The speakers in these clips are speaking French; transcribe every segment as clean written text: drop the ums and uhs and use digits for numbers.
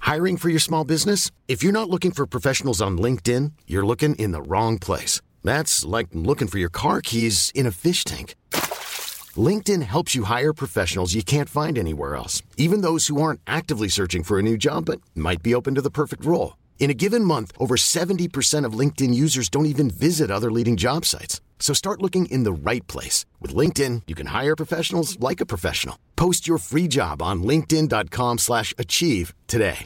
Hiring for your small business? If you're not looking for professionals on LinkedIn, you're looking in the wrong place. That's like looking for your car keys in a fish tank. LinkedIn helps you hire professionals you can't find anywhere else, even those who aren't actively searching for a new job but might be open to the perfect role. In a given month, over 70% of LinkedIn users don't even visit other leading job sites. So start looking in the right place. With LinkedIn, you can hire professionals like a professional. Post your free job on linkedin.com/achieve today.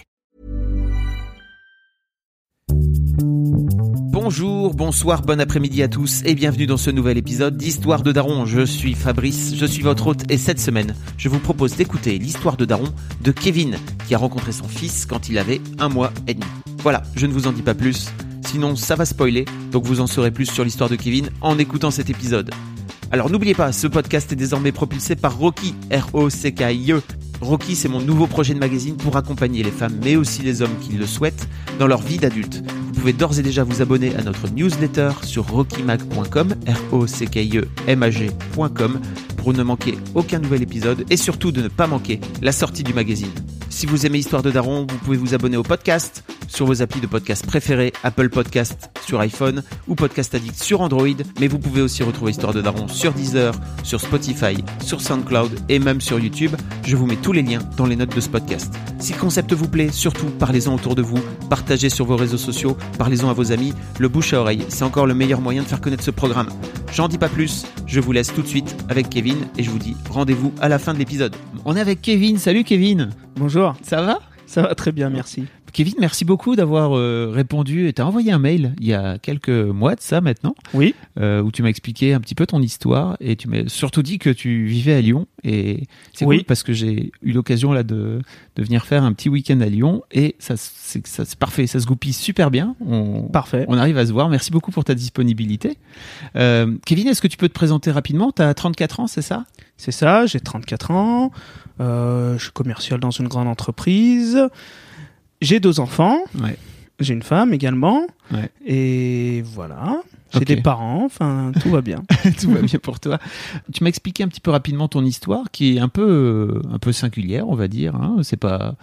Bonjour, bonsoir, bon après-midi à tous et bienvenue dans ce nouvel épisode d'Histoire de Daron. Je suis Fabrice, je suis votre hôte et cette semaine, je vous propose d'écouter l'histoire de Daron de Kevin qui a rencontré son fils quand il avait 1 mois et demi. Voilà, je ne vous en dis pas plus, sinon ça va spoiler, donc vous en saurez plus sur l'histoire de Kevin en écoutant cet épisode. Alors n'oubliez pas, ce podcast est désormais propulsé par Rocky, R-O-C-K-I-E. Rocky, c'est mon nouveau projet de magazine pour accompagner les femmes, mais aussi les hommes qui le souhaitent, dans leur vie d'adulte. Vous pouvez d'ores et déjà vous abonner à notre newsletter sur rockymag.com, ROCKIEMAG.com, pour ne manquer aucun nouvel épisode et surtout de ne pas manquer la sortie du magazine. Si vous aimez Histoire de Daron, vous pouvez vous abonner au podcast sur vos applis de podcast préférés, Apple Podcast sur iPhone ou Podcast Addict sur Android, mais vous pouvez aussi retrouver Histoire de Daron sur Deezer, sur Spotify, sur SoundCloud et même sur YouTube. Je vous mets tous les liens dans les notes de ce podcast. Si le concept vous plaît, surtout parlez-en autour de vous, partagez sur vos réseaux sociaux, parlez-en à vos amis, le bouche à oreille, c'est encore le meilleur moyen de faire connaître ce programme. J'en dis pas plus, je vous laisse tout de suite avec Kevin et je vous dis rendez-vous à la fin de l'épisode. On est avec Kevin, salut Kevin. Bonjour. Ça va ? Ça va très bien, merci. Kevin, merci beaucoup d'avoir répondu. Tu as envoyé un mail il y a quelques mois de ça maintenant, oui. Où tu m'as expliqué un petit peu ton histoire et tu m'as surtout dit que tu vivais à Lyon. Et c'est oui. Cool parce que j'ai eu l'occasion là de venir faire un petit week-end à Lyon et ça c'est parfait, ça se goupille super bien. Parfait. On arrive à se voir. Merci beaucoup pour ta disponibilité. Kevin, est-ce que tu peux te présenter rapidement ? Tu as 34 ans, c'est ça ? C'est ça, j'ai 34 ans. Je suis commercial dans une grande entreprise. J'ai 2 enfants. Ouais. J'ai une femme également. Ouais. Et voilà. J'ai Okay. des parents. Enfin, tout va bien. Tout va bien pour toi. Tu m'as expliqué un petit peu rapidement ton histoire, qui est un peu singulière, on va dire. Hein. C'est pas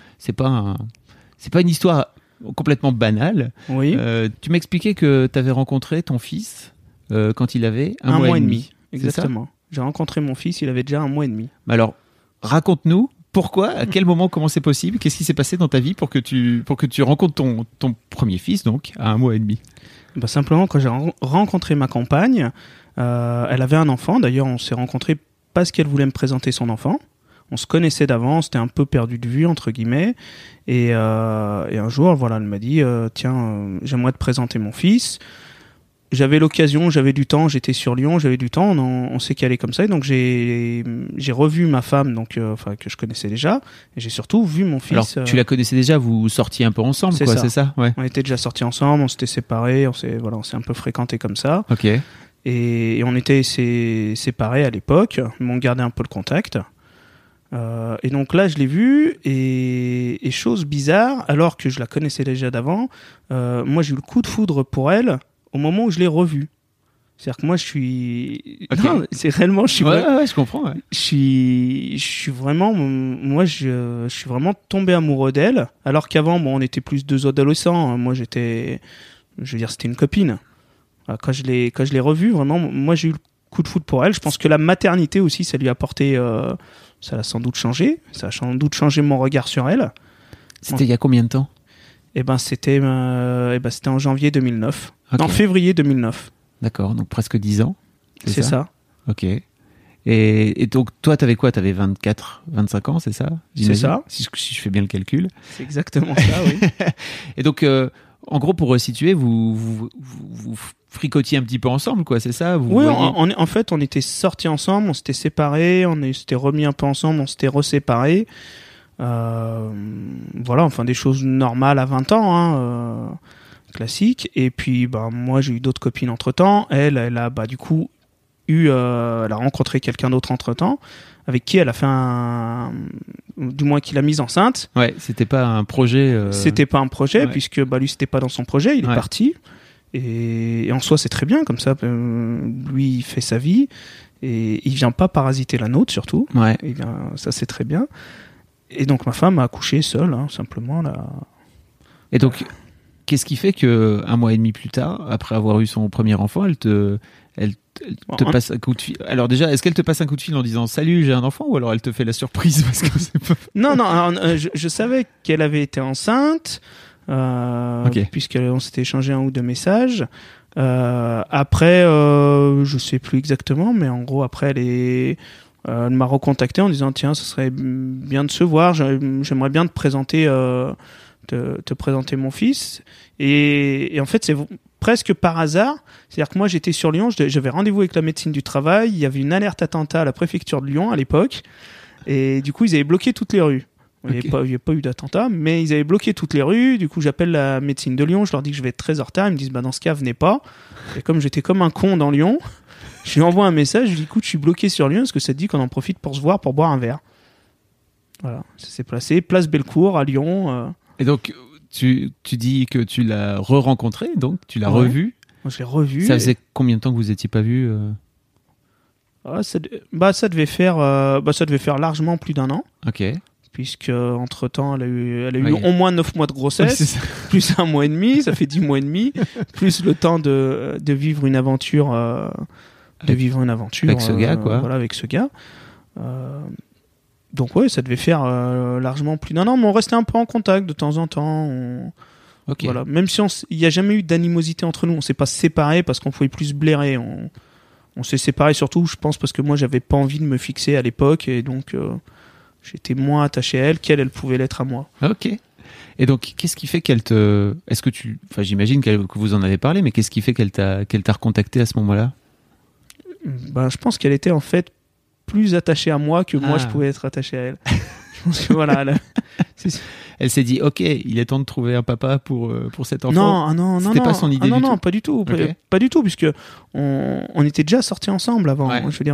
une histoire complètement banale. Oui. Tu m'as expliqué que tu avais rencontré ton fils quand il avait un mois et demi. Exactement. J'ai rencontré mon fils. Il avait déjà 1 mois et demi. Alors, raconte-nous. Pourquoi ? À quel moment ? Comment c'est possible ? Qu'est-ce qui s'est passé dans ta vie pour que tu rencontres ton premier fils, donc, à 1 mois et demi ? Ben, simplement, quand j'ai rencontré ma compagne, elle avait un enfant. D'ailleurs, on s'est rencontrés parce qu'elle voulait me présenter son enfant. On se connaissait d'avant, on s'était un peu perdu de vue, entre guillemets. Et un jour, voilà, elle m'a dit tiens, j'aimerais te présenter mon fils. J'avais l'occasion, j'avais du temps, j'étais sur Lyon, j'avais du temps, on s'est calé comme ça. Et donc j'ai revu ma femme, donc que je connaissais déjà, et j'ai surtout vu mon fils. Alors tu la connaissais déjà, vous sortiez un peu ensemble, c'est quoi, ça. C'est ça, ouais. On était déjà sortis ensemble, on s'était séparés, on s'est un peu fréquentés comme ça. Ok. Et on était séparés à l'époque, mais on gardait un peu le contact. Et donc là, je l'ai vue, et chose bizarre, alors que je la connaissais déjà d'avant, moi j'ai eu le coup de foudre pour elle au moment où je l'ai revue. C'est-à-dire que moi, je suis... Okay. Non, c'est réellement... Je comprends. Ouais. Je suis vraiment... Moi, je suis vraiment tombé amoureux d'elle, alors qu'avant, bon, on était plus 2 adolescents. Moi, j'étais... Je veux dire, c'était une copine. Quand je l'ai revue, vraiment, moi, j'ai eu le coup de foudre pour elle. Je pense que la maternité aussi, ça lui a apporté... ça l'a sans doute changé. Ça a sans doute changé mon regard sur elle. C'était il y a combien de temps ? C'était en janvier 2009. Okay. En février 2009. D'accord, donc presque 10 ans. C'est ça. Ok. Et donc, toi, t'avais quoi ? T'avais 24, 25 ans, c'est ça ? C'est ça. Si je fais bien le calcul. C'est exactement ça, oui. Et donc, en gros, pour resituer, vous fricotiez un petit peu ensemble, quoi, c'est ça ? Oui, en fait, on était sortis ensemble, on s'était séparés, on s'était remis un peu ensemble, on s'était reséparés. Voilà, enfin des choses normales à 20 ans, hein, classique. Et puis moi j'ai eu d'autres copines entre temps. Elle a du coup elle a rencontré quelqu'un d'autre entre temps avec qui elle a fait du moins qui l'a mise enceinte. Ouais, c'était pas un projet. C'était pas un projet, ouais. Puisque lui c'était pas dans son projet, il est parti. Et en soi c'est très bien comme ça. Lui il fait sa vie et il vient pas parasiter la nôtre surtout. Ouais. Ça c'est très bien. Et donc ma femme a accouché seule, hein, simplement là. Et donc, qu'est-ce qui fait que 1 mois et demi plus tard, après avoir eu son premier enfant, elle te passe un coup de fil. Alors déjà, est-ce qu'elle te passe un coup de fil en disant salut, j'ai un enfant, ou alors elle te fait la surprise parce que c'est pas... Non, alors, je savais qu'elle avait été enceinte, puisqu'on s'était échangé 1 ou 2 messages. Après, je sais plus exactement, mais en gros, après, elle m'a recontacté en disant tiens, ça serait bien de se voir, j'aimerais bien te présenter mon fils. Et en fait, c'est presque par hasard. C'est-à-dire que moi, j'étais sur Lyon, j'avais rendez-vous avec la médecine du travail, il y avait une alerte attentat à la préfecture de Lyon à l'époque, et du coup, ils avaient bloqué toutes les rues. Il n'y avait pas eu d'attentat, mais ils avaient bloqué toutes les rues. Du coup, j'appelle la médecine de Lyon, je leur dis que je vais être très en retard. Ils me disent dans ce cas, venez pas. Et comme j'étais comme un con dans Lyon, je lui envoie un message, je lui dis écoute, je suis bloqué sur Lyon, est-ce que ça te dit qu'on en profite pour se voir, pour boire un verre? Voilà, ça s'est placé, place Bellecour à Lyon. Et donc, tu dis que tu l'as re-rencontré, donc tu l'as revu. Moi, je l'ai revu. Ça faisait combien de temps que vous n'étiez pas vus ça devait faire largement plus d'1 an. Ok. Puisque entre temps elle a eu au moins 9 mois de grossesse, plus 1 mois et demi, ça fait 10 mois et demi, plus le temps de vivre une aventure, avec ce gars, quoi. Voilà, avec ce gars. Donc ouais, ça devait faire largement plus d'1 an, mais on restait un peu en contact de temps en temps. Voilà, même si il n'y a jamais eu d'animosité entre nous, on s'est pas séparés parce qu'on pouvait plus se blairer. On s'est séparés surtout, je pense, parce que moi j'avais pas envie de me fixer à l'époque, et donc j'étais moins attaché à elle qu'elle pouvait l'être à moi. Ok. Et donc, qu'est-ce qui fait qu'elle te... Est-ce que tu... Enfin, j'imagine que vous en avez parlé, mais qu'est-ce qui fait qu'elle t'a recontacté à ce moment-là? Je pense qu'elle était en fait plus attachée à moi que moi je pouvais être attaché à elle. Je pense que voilà... Elle s'est dit, ok, il est temps de trouver un papa pour cet enfant. Non. C'était pas son idée du tout. Non, pas du tout. Okay. Pas du tout, puisque on était déjà sortis ensemble avant. Ouais. Je veux dire,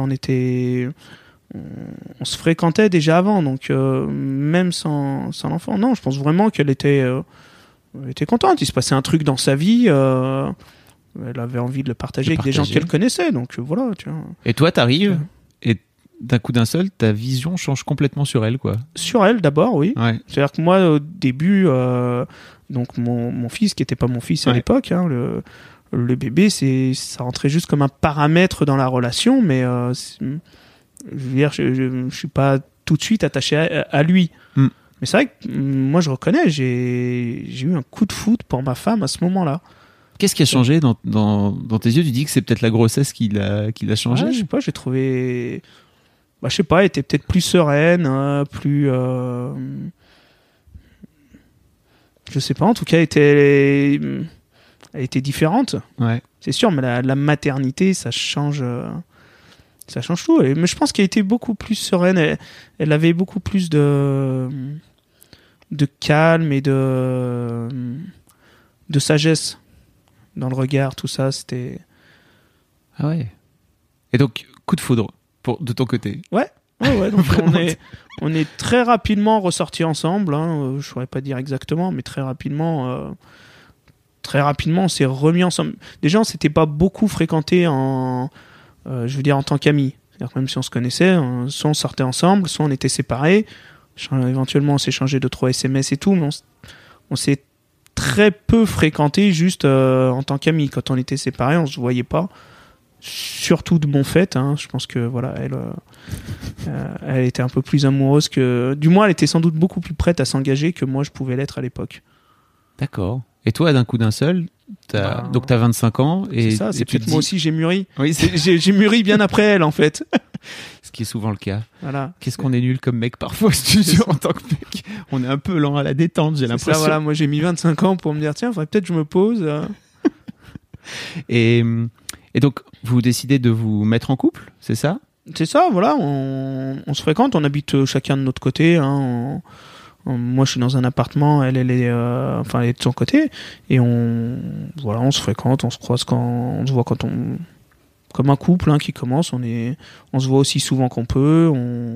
on se fréquentait déjà avant, donc même sans l'enfant. Non, je pense vraiment qu'elle était contente. Il se passait un truc dans sa vie. Elle avait envie de le partager avec des gens qu'elle connaissait. Donc voilà, tu vois. Et toi, t'arrives et d'un coup d'un seul, ta vision change complètement sur elle, quoi. Sur elle, d'abord, oui. Ouais. C'est-à-dire que moi, au début, donc mon fils, qui n'était pas mon fils à l'époque, hein, le bébé, ça rentrait juste comme un paramètre dans la relation, mais je veux dire, je suis pas tout de suite attaché à lui. Mais c'est vrai que moi, je reconnais, j'ai eu un coup de foudre pour ma femme à ce moment-là. Qu'est-ce qui a changé dans tes yeux? Tu dis que c'est peut-être la grossesse qui l'a changé? Je sais pas, j'ai trouvé... je sais pas, elle était peut-être plus sereine, plus... Je sais pas, en tout cas, elle était différente. Ouais. C'est sûr, mais la maternité, ça change tout. Mais je pense qu'elle était beaucoup plus sereine. Elle avait beaucoup plus de calme et de sagesse dans le regard, tout ça, c'était... Ah ouais. Et donc, coup de foudre de ton côté. Ouais. Donc on est très rapidement ressortis ensemble. Hein, je saurais pas dire exactement, mais très rapidement, on s'est remis ensemble. Déjà, on s'était pas beaucoup fréquentés en tant qu'amis. C'est-à-dire que même si on se connaissait, soit on sortait ensemble, soit on était séparés. Éventuellement, on s'échangeait 2-3 SMS et tout, mais on s'est très peu fréquentés juste en tant qu'amis. Quand on était séparés, on se voyait pas. Surtout de mon fait, hein. Je pense que voilà, elle était un peu plus amoureuse que... Du moins, elle était sans doute beaucoup plus prête à s'engager que moi je pouvais l'être à l'époque. D'accord. Et toi, d'un coup d'un seul, donc t'as 25 ans et... C'est ça, c'est peut-être moi aussi j'ai mûri. Oui, j'ai mûri bien après elle, en fait. Ce qui est souvent le cas. Voilà. Qu'est-ce qu'on est nul comme mec parfois, en tant que mec. On est un peu lent à la détente, j'ai l'impression. Ça, voilà, moi j'ai mis 25 ans pour me dire, tiens, faudrait peut-être que je me pose. Et donc, vous décidez de vous mettre en couple, c'est ça? C'est ça, voilà. On se fréquente, on habite chacun de notre côté. Hein, moi, je suis dans un appartement, elle est de son côté. Et on se fréquente, on se croise on se voit quand on... Comme un couple qui commence, on se voit aussi souvent qu'on peut.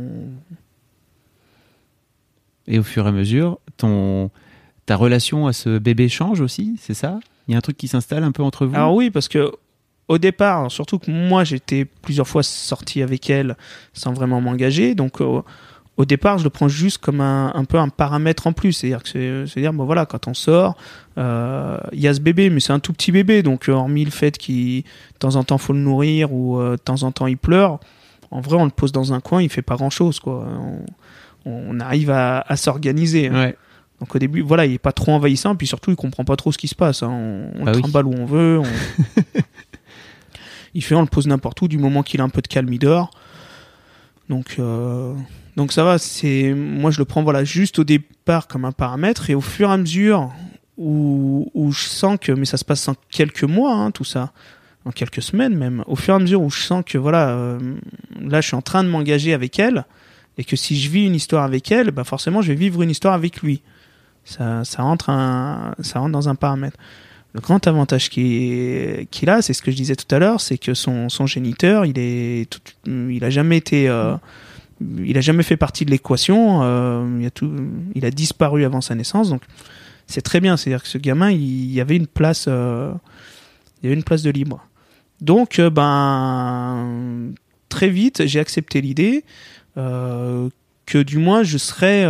Et au fur et à mesure, ta relation à ce bébé change aussi, c'est ça? Il y a un truc qui s'installe un peu entre vous? Alors oui, parce que au départ, surtout que moi j'étais plusieurs fois sorti avec elle sans vraiment m'engager, donc au départ, je le prends juste comme un peu un paramètre en plus. C'est-à-dire que c'est-à-dire, bon, voilà, quand on sort, y a ce bébé, mais c'est un tout petit bébé. Donc, hormis le fait qu'il, de temps en temps, faut le nourrir ou de temps en temps, il pleure, en vrai, on le pose dans un coin, il fait pas grand-chose, quoi. On arrive à s'organiser. Ouais. Donc, au début, voilà, il est pas trop envahissant, puis surtout, il comprend pas trop ce qui se passe. Hein. On le trimballe où on veut. On le pose n'importe où, du moment qu'il a un peu de calme, il dort. Donc ça va, moi je le prends voilà, juste au départ comme un paramètre, et au fur et à mesure où je sens que, mais ça se passe en quelques mois, hein, tout ça, en quelques semaines même, au fur et à mesure où je sens que voilà, là je suis en train de m'engager avec elle, et que si je vis une histoire avec elle, bah forcément je vais vivre une histoire avec lui. Ça rentre dans un paramètre. Le grand avantage qu'il a, c'est ce que je disais tout à l'heure, c'est que son géniteur, il a jamais été, il a jamais fait partie de l'équation. Il a disparu avant sa naissance, donc c'est très bien. C'est-à-dire que ce gamin, il y avait une place, de libre. Donc, très vite, j'ai accepté l'idée que du moins je serais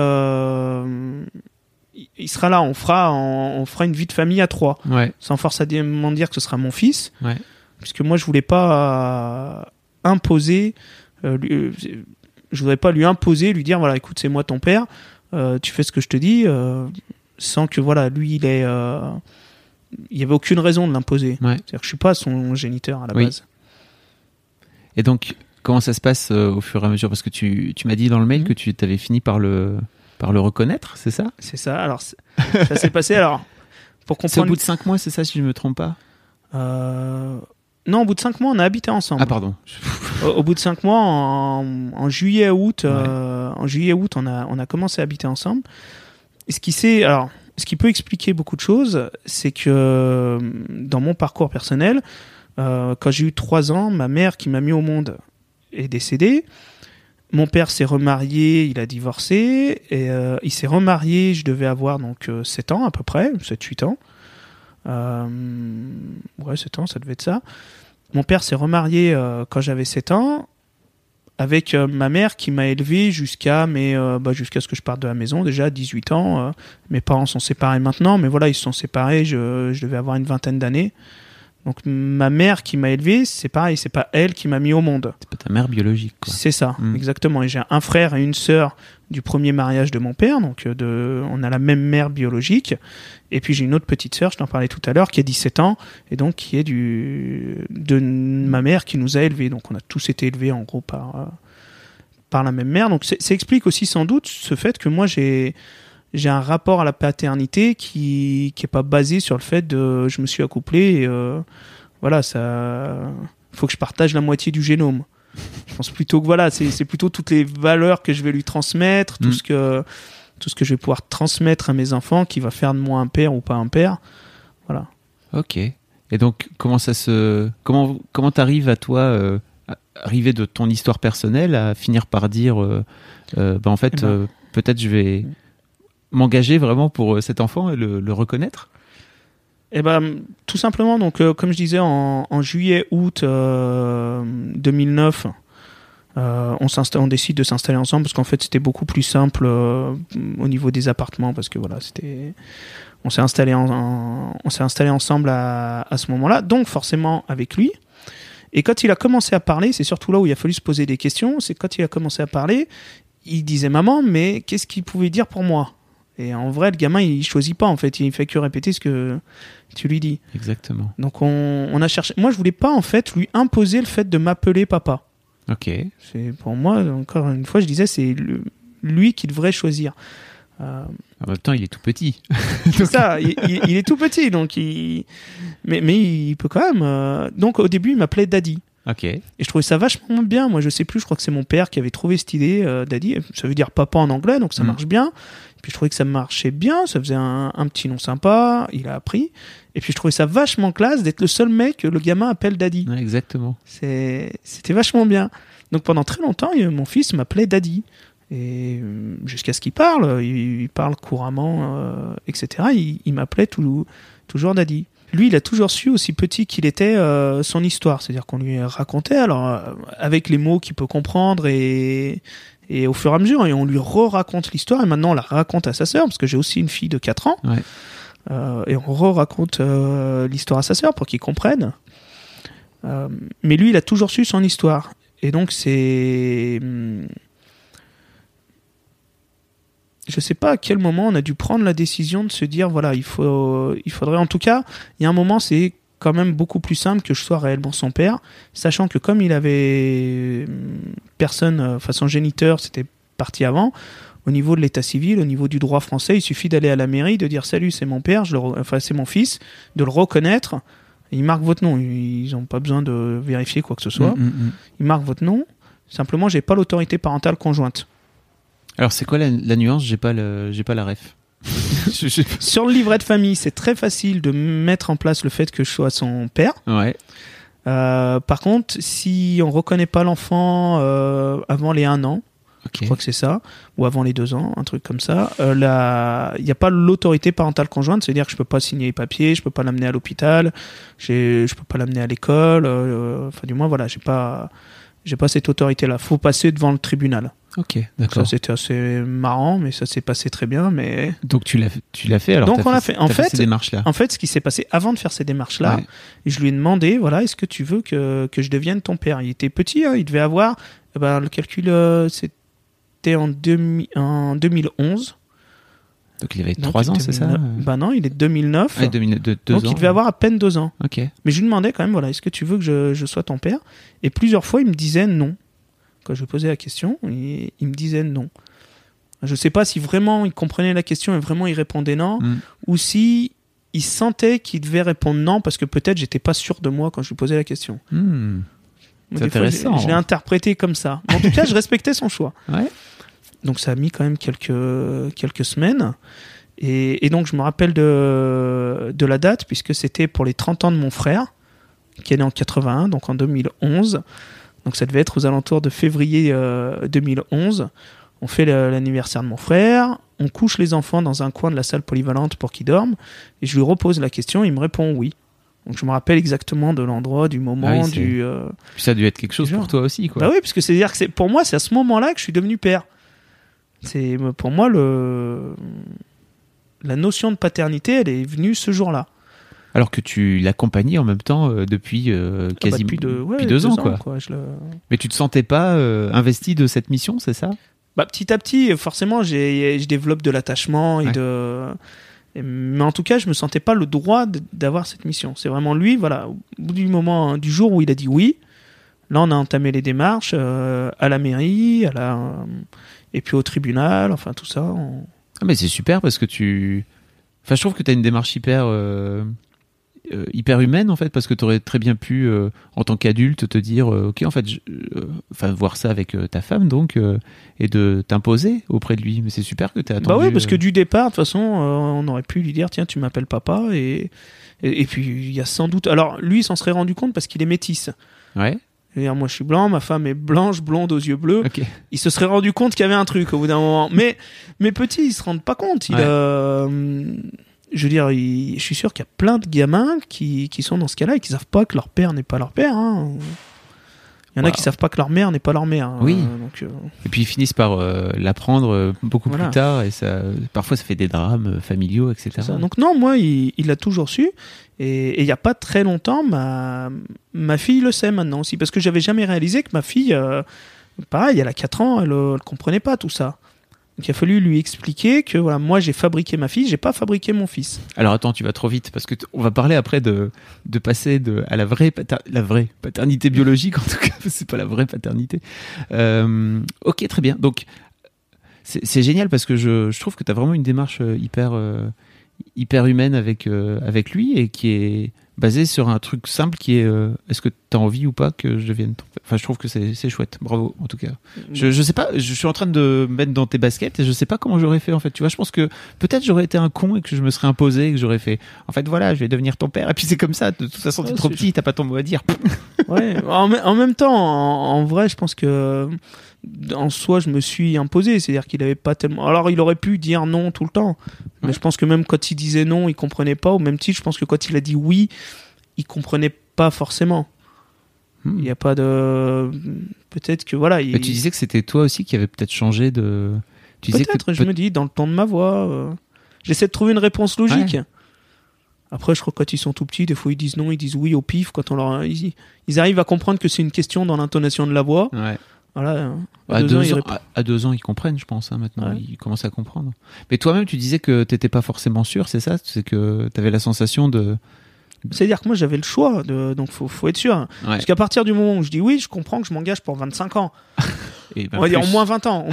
il sera là, on fera une vie de famille à 3, sans forcément dire que ce sera mon fils, puisque moi je voulais pas imposer, je voudrais pas lui imposer, lui dire voilà, écoute, c'est moi ton père, tu fais ce que je te dis, sans que voilà, lui il y avait aucune raison de l'imposer. C'est-à-dire que je suis pas son géniteur à la base. Et donc comment ça se passe au fur et à mesure, parce que tu m'as dit dans le mail que tu avais fini par le reconnaître, c'est ça ? C'est ça. Alors, ça s'est passé. Alors, pour comprendre. C'est au bout de 5 mois, c'est ça, si je ne me trompe pas ? Non, au bout de 5 mois, on a habité ensemble. Ah, pardon. Au bout de 5 mois, en juillet-août, on a commencé à habiter ensemble. Et ce qui peut expliquer beaucoup de choses, c'est que dans mon parcours personnel, quand j'ai eu 3 ans, ma mère qui m'a mis au monde est décédée. Mon père s'est remarié, il a divorcé, et il s'est remarié, je devais avoir donc 7 ans à peu près, 7-8 ans. 7 ans, ça devait être ça. Mon père s'est remarié quand j'avais 7 ans, avec ma mère qui m'a élevé jusqu'à ce que je parte de la maison, déjà à 18 ans. Mes parents sont séparés maintenant, mais voilà, ils se sont séparés, je devais avoir une vingtaine d'années. Donc ma mère qui m'a élevé, c'est pareil, c'est pas elle qui m'a mis au monde. C'est pas ta mère biologique, quoi. C'est ça, exactement. Et j'ai un frère et une sœur du premier mariage de mon père, donc on a la même mère biologique. Et puis j'ai une autre petite sœur, je t'en parlais tout à l'heure, qui a 17 ans, et donc qui est de ma mère qui nous a élevés. Donc on a tous été élevés en gros par la même mère. Donc ça explique aussi sans doute ce fait que moi j'ai un rapport à la paternité qui est pas basé sur le fait de je me suis accouplé et voilà, ça faut que je partage la moitié du génome. Je pense plutôt que voilà, c'est plutôt toutes les valeurs que je vais lui transmettre, tout ce que je vais pouvoir transmettre à mes enfants qui va faire de moi un père ou pas un père. Voilà. OK. Et donc comment t'arrives à toi arriver de ton histoire personnelle à finir par dire peut-être je vais m'engager vraiment pour cet enfant et le reconnaître ? Tout simplement, donc comme je disais, en juillet-août 2009, on décide de s'installer ensemble parce qu'en fait c'était beaucoup plus simple au niveau des appartements, parce que voilà, on s'est installé ensemble à ce moment-là, donc forcément avec lui. Et quand il a commencé à parler, c'est surtout là où il a fallu se poser des questions. C'est quand il a commencé à parler, il disait maman, mais qu'est-ce qu'il pouvait dire pour moi ? Et en vrai, le gamin, il choisit pas, en fait. Il fait que répéter ce que tu lui dis. Exactement. Donc, on a cherché. Moi, je voulais pas, en fait, lui imposer le fait de m'appeler papa. OK. C'est, pour moi, encore une fois, je disais, c'est lui qui devrait choisir. En même temps, il est tout petit. C'est ça, il est tout petit, donc mais il peut quand même. Donc, au début, il m'appelait Daddy. OK. Et je trouvais ça vachement bien. Moi, je sais plus, je crois que c'est mon père qui avait trouvé cette idée, Daddy. Ça veut dire papa en anglais, donc ça marche bien. Et puis je trouvais que ça marchait bien, ça faisait un petit nom sympa, il a appris. Et puis je trouvais ça vachement classe d'être le seul mec que le gamin appelle Daddy. Ouais, exactement. C'était vachement bien. Donc pendant très longtemps, mon fils m'appelait Daddy. Et jusqu'à ce qu'il parle, il parle couramment, etc. Il m'appelait toujours Daddy. Lui, il a toujours su, aussi petit qu'il était, son histoire. C'est-à-dire qu'on lui racontait, alors avec les mots qu'il peut comprendre et Et au fur et à mesure, et on lui raconte l'histoire, et maintenant on la raconte à sa sœur, parce que j'ai aussi une fille de 4 ans, et on raconte l'histoire à sa sœur pour qu'il comprenne. Mais lui, il a toujours su son histoire. Et donc, je sais pas à quel moment on a dû prendre la décision de se dire, voilà, il faudrait, en tout cas, il y a un moment, c'est quand même beaucoup plus simple que je sois réellement son père, sachant que comme il avait personne, son géniteur, c'était parti avant, au niveau de l'état civil, au niveau du droit français, il suffit d'aller à la mairie, de dire salut, c'est mon père, c'est mon fils, de le reconnaître, et ils marquent votre nom, ils n'ont pas besoin de vérifier quoi que ce soit, ils marquent votre nom, simplement j'ai pas l'autorité parentale conjointe. Alors c'est quoi la nuance ? J'ai pas la ref. Sur le livret de famille, c'est très facile de mettre en place le fait que je sois son père. Ouais. Par contre, si on reconnaît pas l'enfant avant les 1 an, je crois que c'est ça, ou avant les 2 ans, un truc comme ça, il n'y a pas l'autorité parentale conjointe, c'est-à-dire que je peux pas signer les papiers, je peux pas l'amener à l'hôpital, je peux pas l'amener à l'école, du moins voilà, j'ai pas cette autorité-là. Faut passer devant le tribunal. Ok, d'accord. Ça c'était assez marrant, mais ça s'est passé très bien. Mais donc tu l'as fait alors. Donc on l'a fait. En fait, ces démarches-là. En fait, ce qui s'est passé avant de faire ces démarches-là, je lui ai demandé, voilà, est-ce que tu veux que je devienne ton père ? Il était petit, hein, il devait avoir, le calcul, c'était en 2011. Donc il avait 3 ans, c'est ça ? Non, il est de 2009. Ah, 2 donc ans, il devait avoir à peine 2 ans. Ok. Mais je lui demandais quand même, voilà, est-ce que tu veux que je sois ton père ? Et plusieurs fois, il me disait non. Quand je lui posais la question, il me disait non. Je ne sais pas si vraiment il comprenait la question et vraiment il répondait non, ou si il sentait qu'il devait répondre non parce que peut-être j'étais pas sûr de moi quand je lui posais la question. C'est intéressant. Je l'ai interprété comme ça. Mais en tout cas, je respectais son choix. Ouais. Donc ça a mis quand même quelques semaines. Et donc je me rappelle de la date puisque c'était pour les 30 ans de mon frère qui est né en 81, donc en 2011. Donc ça devait être aux alentours de février 2011. On fait l'anniversaire de mon frère, on couche les enfants dans un coin de la salle polyvalente pour qu'ils dorment, et je lui repose la question, il me répond oui. Donc je me rappelle exactement de l'endroit, du moment, Puis ça a dû être quelque chose pour toi aussi, quoi. Bah oui, parce que c'est-à-dire que pour moi, c'est à ce moment-là que je suis devenu père. C'est pour moi la notion de paternité, elle est venue ce jour-là. Alors que tu l'accompagnais en même temps depuis quasiment depuis 2 ans, quoi. Mais tu te sentais pas investi de cette mission, c'est ça ? Petit à petit, forcément, je développe de l'attachement mais en tout cas, je me sentais pas le droit d'avoir cette mission. C'est vraiment lui, voilà, au bout du jour où il a dit oui, là on a entamé les démarches à la mairie, et puis au tribunal, enfin tout ça. Ah mais c'est super parce que je trouve que tu as une démarche hyper humaine en fait, parce que tu aurais très bien pu en tant qu'adulte te dire ok, en fait voir ça avec ta femme donc et de t'imposer auprès de lui, mais c'est super que tu as attendu. Bah oui, parce que du départ de toute façon on aurait pu lui dire tiens, tu m'appelles papa, et puis il y a sans doute, alors lui il s'en serait rendu compte parce qu'il est métis. Ouais. C'est-à-dire, moi je suis blanc, ma femme est blanche, blonde aux yeux bleus. Okay. Il se serait rendu compte qu'il y avait un truc au bout d'un moment, mais petits ils se rendent pas compte. Je veux dire, je suis sûr qu'il y a plein de gamins qui sont dans ce cas-là et qui savent pas que leur père n'est pas leur père. Hein. Il y en a qui savent pas que leur mère n'est pas leur mère. Oui. Et puis ils finissent par l'apprendre beaucoup plus tard, et parfois ça fait des drames familiaux, etc. Donc non, moi, il l'a toujours su. Et il y a pas très longtemps, ma fille le sait maintenant aussi, parce que j'avais jamais réalisé que ma fille, pareil, elle a 4 ans, elle comprenait pas tout ça. Donc il a fallu lui expliquer que voilà, moi j'ai fabriqué ma fille, j'ai pas fabriqué mon fils. Alors attends, tu vas trop vite parce que on va parler après de passer à la vraie paternité biologique, en tout cas c'est pas la vraie paternité. Ok, très bien. Donc c'est génial parce que je trouve que tu as vraiment une démarche hyper humaine avec lui, et qui est basée sur un truc simple qui est est-ce que tu as envie ou pas que je devienne ton père ? Enfin, je trouve que c'est chouette. Bravo, en tout cas. Je sais pas, je suis en train de me mettre dans tes baskets et je sais pas comment j'aurais fait, en fait. Tu vois, je pense que peut-être j'aurais été un con et que je me serais imposé et que j'aurais fait en fait, voilà, je vais devenir ton père. Et puis c'est comme ça, de toute façon, t'es trop petit, t'as pas ton mot à dire. Ouais, en même temps, en vrai, je pense que en soi, je me suis imposé. C'est-à-dire qu'il avait pas tellement. Alors, il aurait pu dire non tout le temps. Mais je pense que même quand il disait non, il comprenait pas. Au même titre, je pense que quand il a dit oui, il comprenait pas forcément. Il n'y a pas de... Peut-être que voilà... Mais tu disais que c'était toi aussi qui avais peut-être changé de... Peut-être, je me dis, dans le ton de ma voix... J'essaie de trouver une réponse logique. Ouais. Après, je crois que quand ils sont tout petits, des fois ils disent non, ils disent oui au pif. Quand on leur... ils arrivent à comprendre que c'est une question dans l'intonation de la voix. Ouais. Voilà, à 2 ans, ils comprennent, je pense. Maintenant, ils commencent à comprendre. Mais toi-même, tu disais que tu n'étais pas forcément sûr, c'est ça? C'est que tu avais la sensation de... C'est-à-dire que moi, j'avais le choix, donc faut être sûr. Ouais. Parce qu'à partir du moment où je dis oui, je comprends que je m'engage pour 25 ans. Et on va dire au moins 20 ans.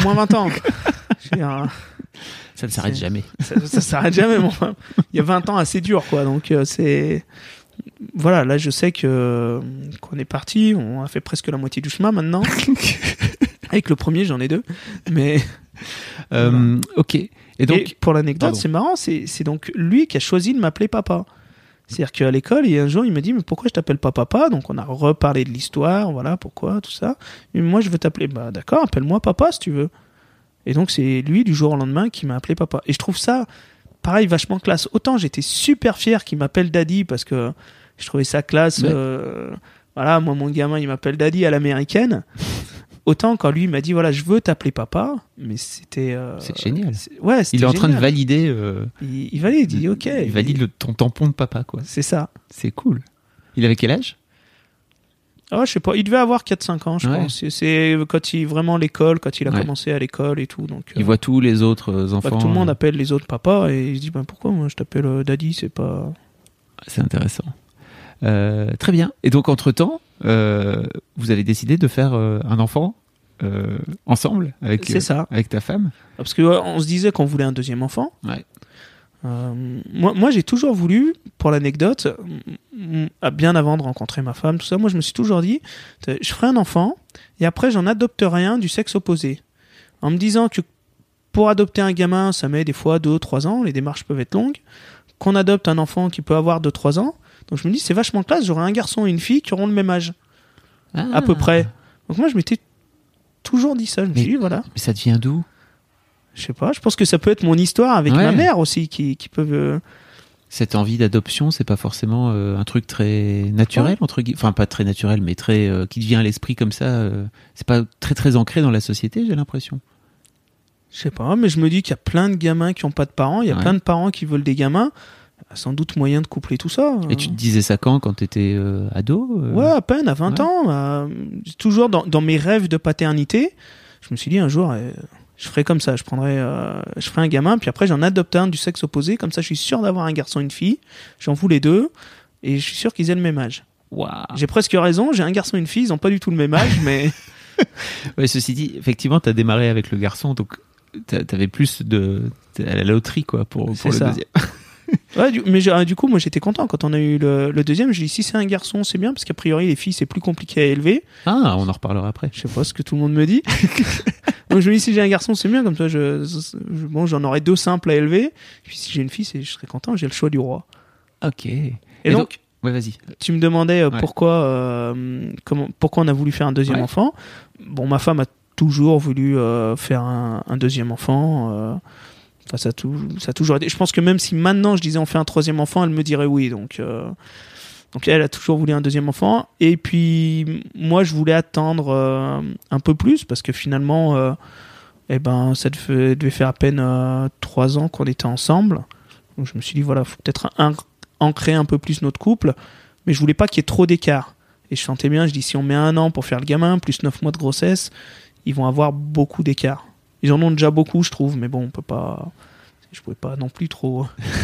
Ça ne s'arrête jamais. Ça s'arrête jamais. Bon. Il y a 20 ans assez dur, quoi. Donc, c'est... Voilà, là, je sais qu'on est parti. On a fait presque la moitié du chemin, maintenant. Avec le premier, j'en ai 2. Mais... voilà. Ok. Et donc, pour l'anecdote, c'est marrant. C'est donc lui qui a choisi de m'appeler papa. C'est-à-dire qu'à l'école, un jour, il m'a dit « Mais pourquoi je t'appelle pas papa ?» Donc, on a reparlé de l'histoire, voilà, pourquoi, tout ça. Mais moi, je veux t'appeler. Bah, d'accord, appelle-moi papa, si tu veux. Et donc, c'est lui, du jour au lendemain, qui m'a appelé papa. Et je trouve ça, pareil, vachement classe. Autant j'étais super fier qu'il m'appelle daddy, parce que je trouvais ça classe. Ouais. Voilà, moi, mon gamin, il m'appelle daddy à l'américaine. Autant quand lui il m'a dit voilà, je veux t'appeler papa, mais c'était c'est génial. Ouais, c'était il est en génial. train de valider il valide, il dit OK. Il valide ton tampon de papa, quoi. C'est ça. C'est cool. Il avait quel âge? Je sais pas, il devait avoir 4-5 ans, je pense. C'est quand il vraiment l'école, quand il a commencé à l'école et tout, donc il voit tous les autres enfants. Tout le monde appelle les autres papa et il se dit pourquoi moi je t'appelle daddy, c'est pas... C'est intéressant. Très bien. Et donc entre-temps, vous avez décidé de faire un enfant ensemble avec ta femme. Parce que on se disait qu'on voulait un deuxième enfant. Ouais. Moi, j'ai toujours voulu, pour l'anecdote, bien avant de rencontrer ma femme, tout ça, moi je me suis toujours dit, je ferai un enfant et après j'en adopterai un du sexe opposé. En me disant que pour adopter un gamin, ça met des fois 2-3 ans, les démarches peuvent être longues. Qu'on adopte un enfant qui peut avoir 2-3 ans, donc je me dis c'est vachement classe, j'aurai un garçon et une fille qui auront le même âge. À peu près. Donc moi je m'étais toujours dit ça, je me suis dit voilà. Mais ça devient d'où? Je sais pas, je pense que ça peut être mon histoire avec ma mère aussi qui peuvent... Cette envie d'adoption, c'est pas forcément un truc très naturel, entre guillemets. Enfin, pas très naturel, mais très qui vient à l'esprit comme ça. C'est pas très très ancré dans la société, j'ai l'impression. Je sais pas, mais je me dis qu'il y a plein de gamins qui ont pas de parents, il y a plein de parents qui veulent des gamins. Il y a sans doute moyen de coupler tout ça. Et tu te disais ça quand t'étais ado Ouais, à peine, à 20 ans. Toujours dans mes rêves de paternité, je me suis dit un jour... je ferais comme ça, je ferais un gamin, puis après j'en adopte un du sexe opposé, comme ça je suis sûr d'avoir un garçon et une fille, j'en fous les deux, et je suis sûr qu'ils aient le même âge. Wow. J'ai presque raison, j'ai un garçon et une fille, ils n'ont pas du tout le même âge, mais... Ouais, ceci dit, effectivement, t'as démarré avec le garçon, donc t'avais plus à la loterie, quoi, pour le deuxième. Ouais, mais du coup, moi j'étais content quand on a eu le deuxième. J'ai dit si c'est un garçon, c'est bien parce qu'a priori les filles c'est plus compliqué à élever. Ah, on en reparlera après. Je sais pas ce que tout le monde me dit. Donc je me dis si j'ai un garçon, c'est bien comme ça. J'en aurai 2 simples à élever. Puis si j'ai une fille, je serai content. J'ai le choix du roi. Ok. Et donc, ouais, vas-y. Tu me demandais pourquoi on a voulu faire un deuxième enfant. Bon, ma femme a toujours voulu faire un deuxième enfant. Enfin, ça a toujours été. Je pense que même si maintenant je disais on fait un 3e enfant, elle me dirait oui. Donc elle a toujours voulu un deuxième enfant. Et puis moi je voulais attendre un peu plus parce que finalement, ça devait faire à peine 3 ans qu'on était ensemble. Donc je me suis dit voilà, faut peut-être ancrer un peu plus notre couple, mais je voulais pas qu'il y ait trop d'écart. Et je sentais bien, je dis si on met 1 an pour faire le gamin plus 9 mois de grossesse, ils vont avoir beaucoup d'écart. Ils en ont déjà beaucoup, je trouve, mais bon, on peut pas. Je pouvais pas non plus trop.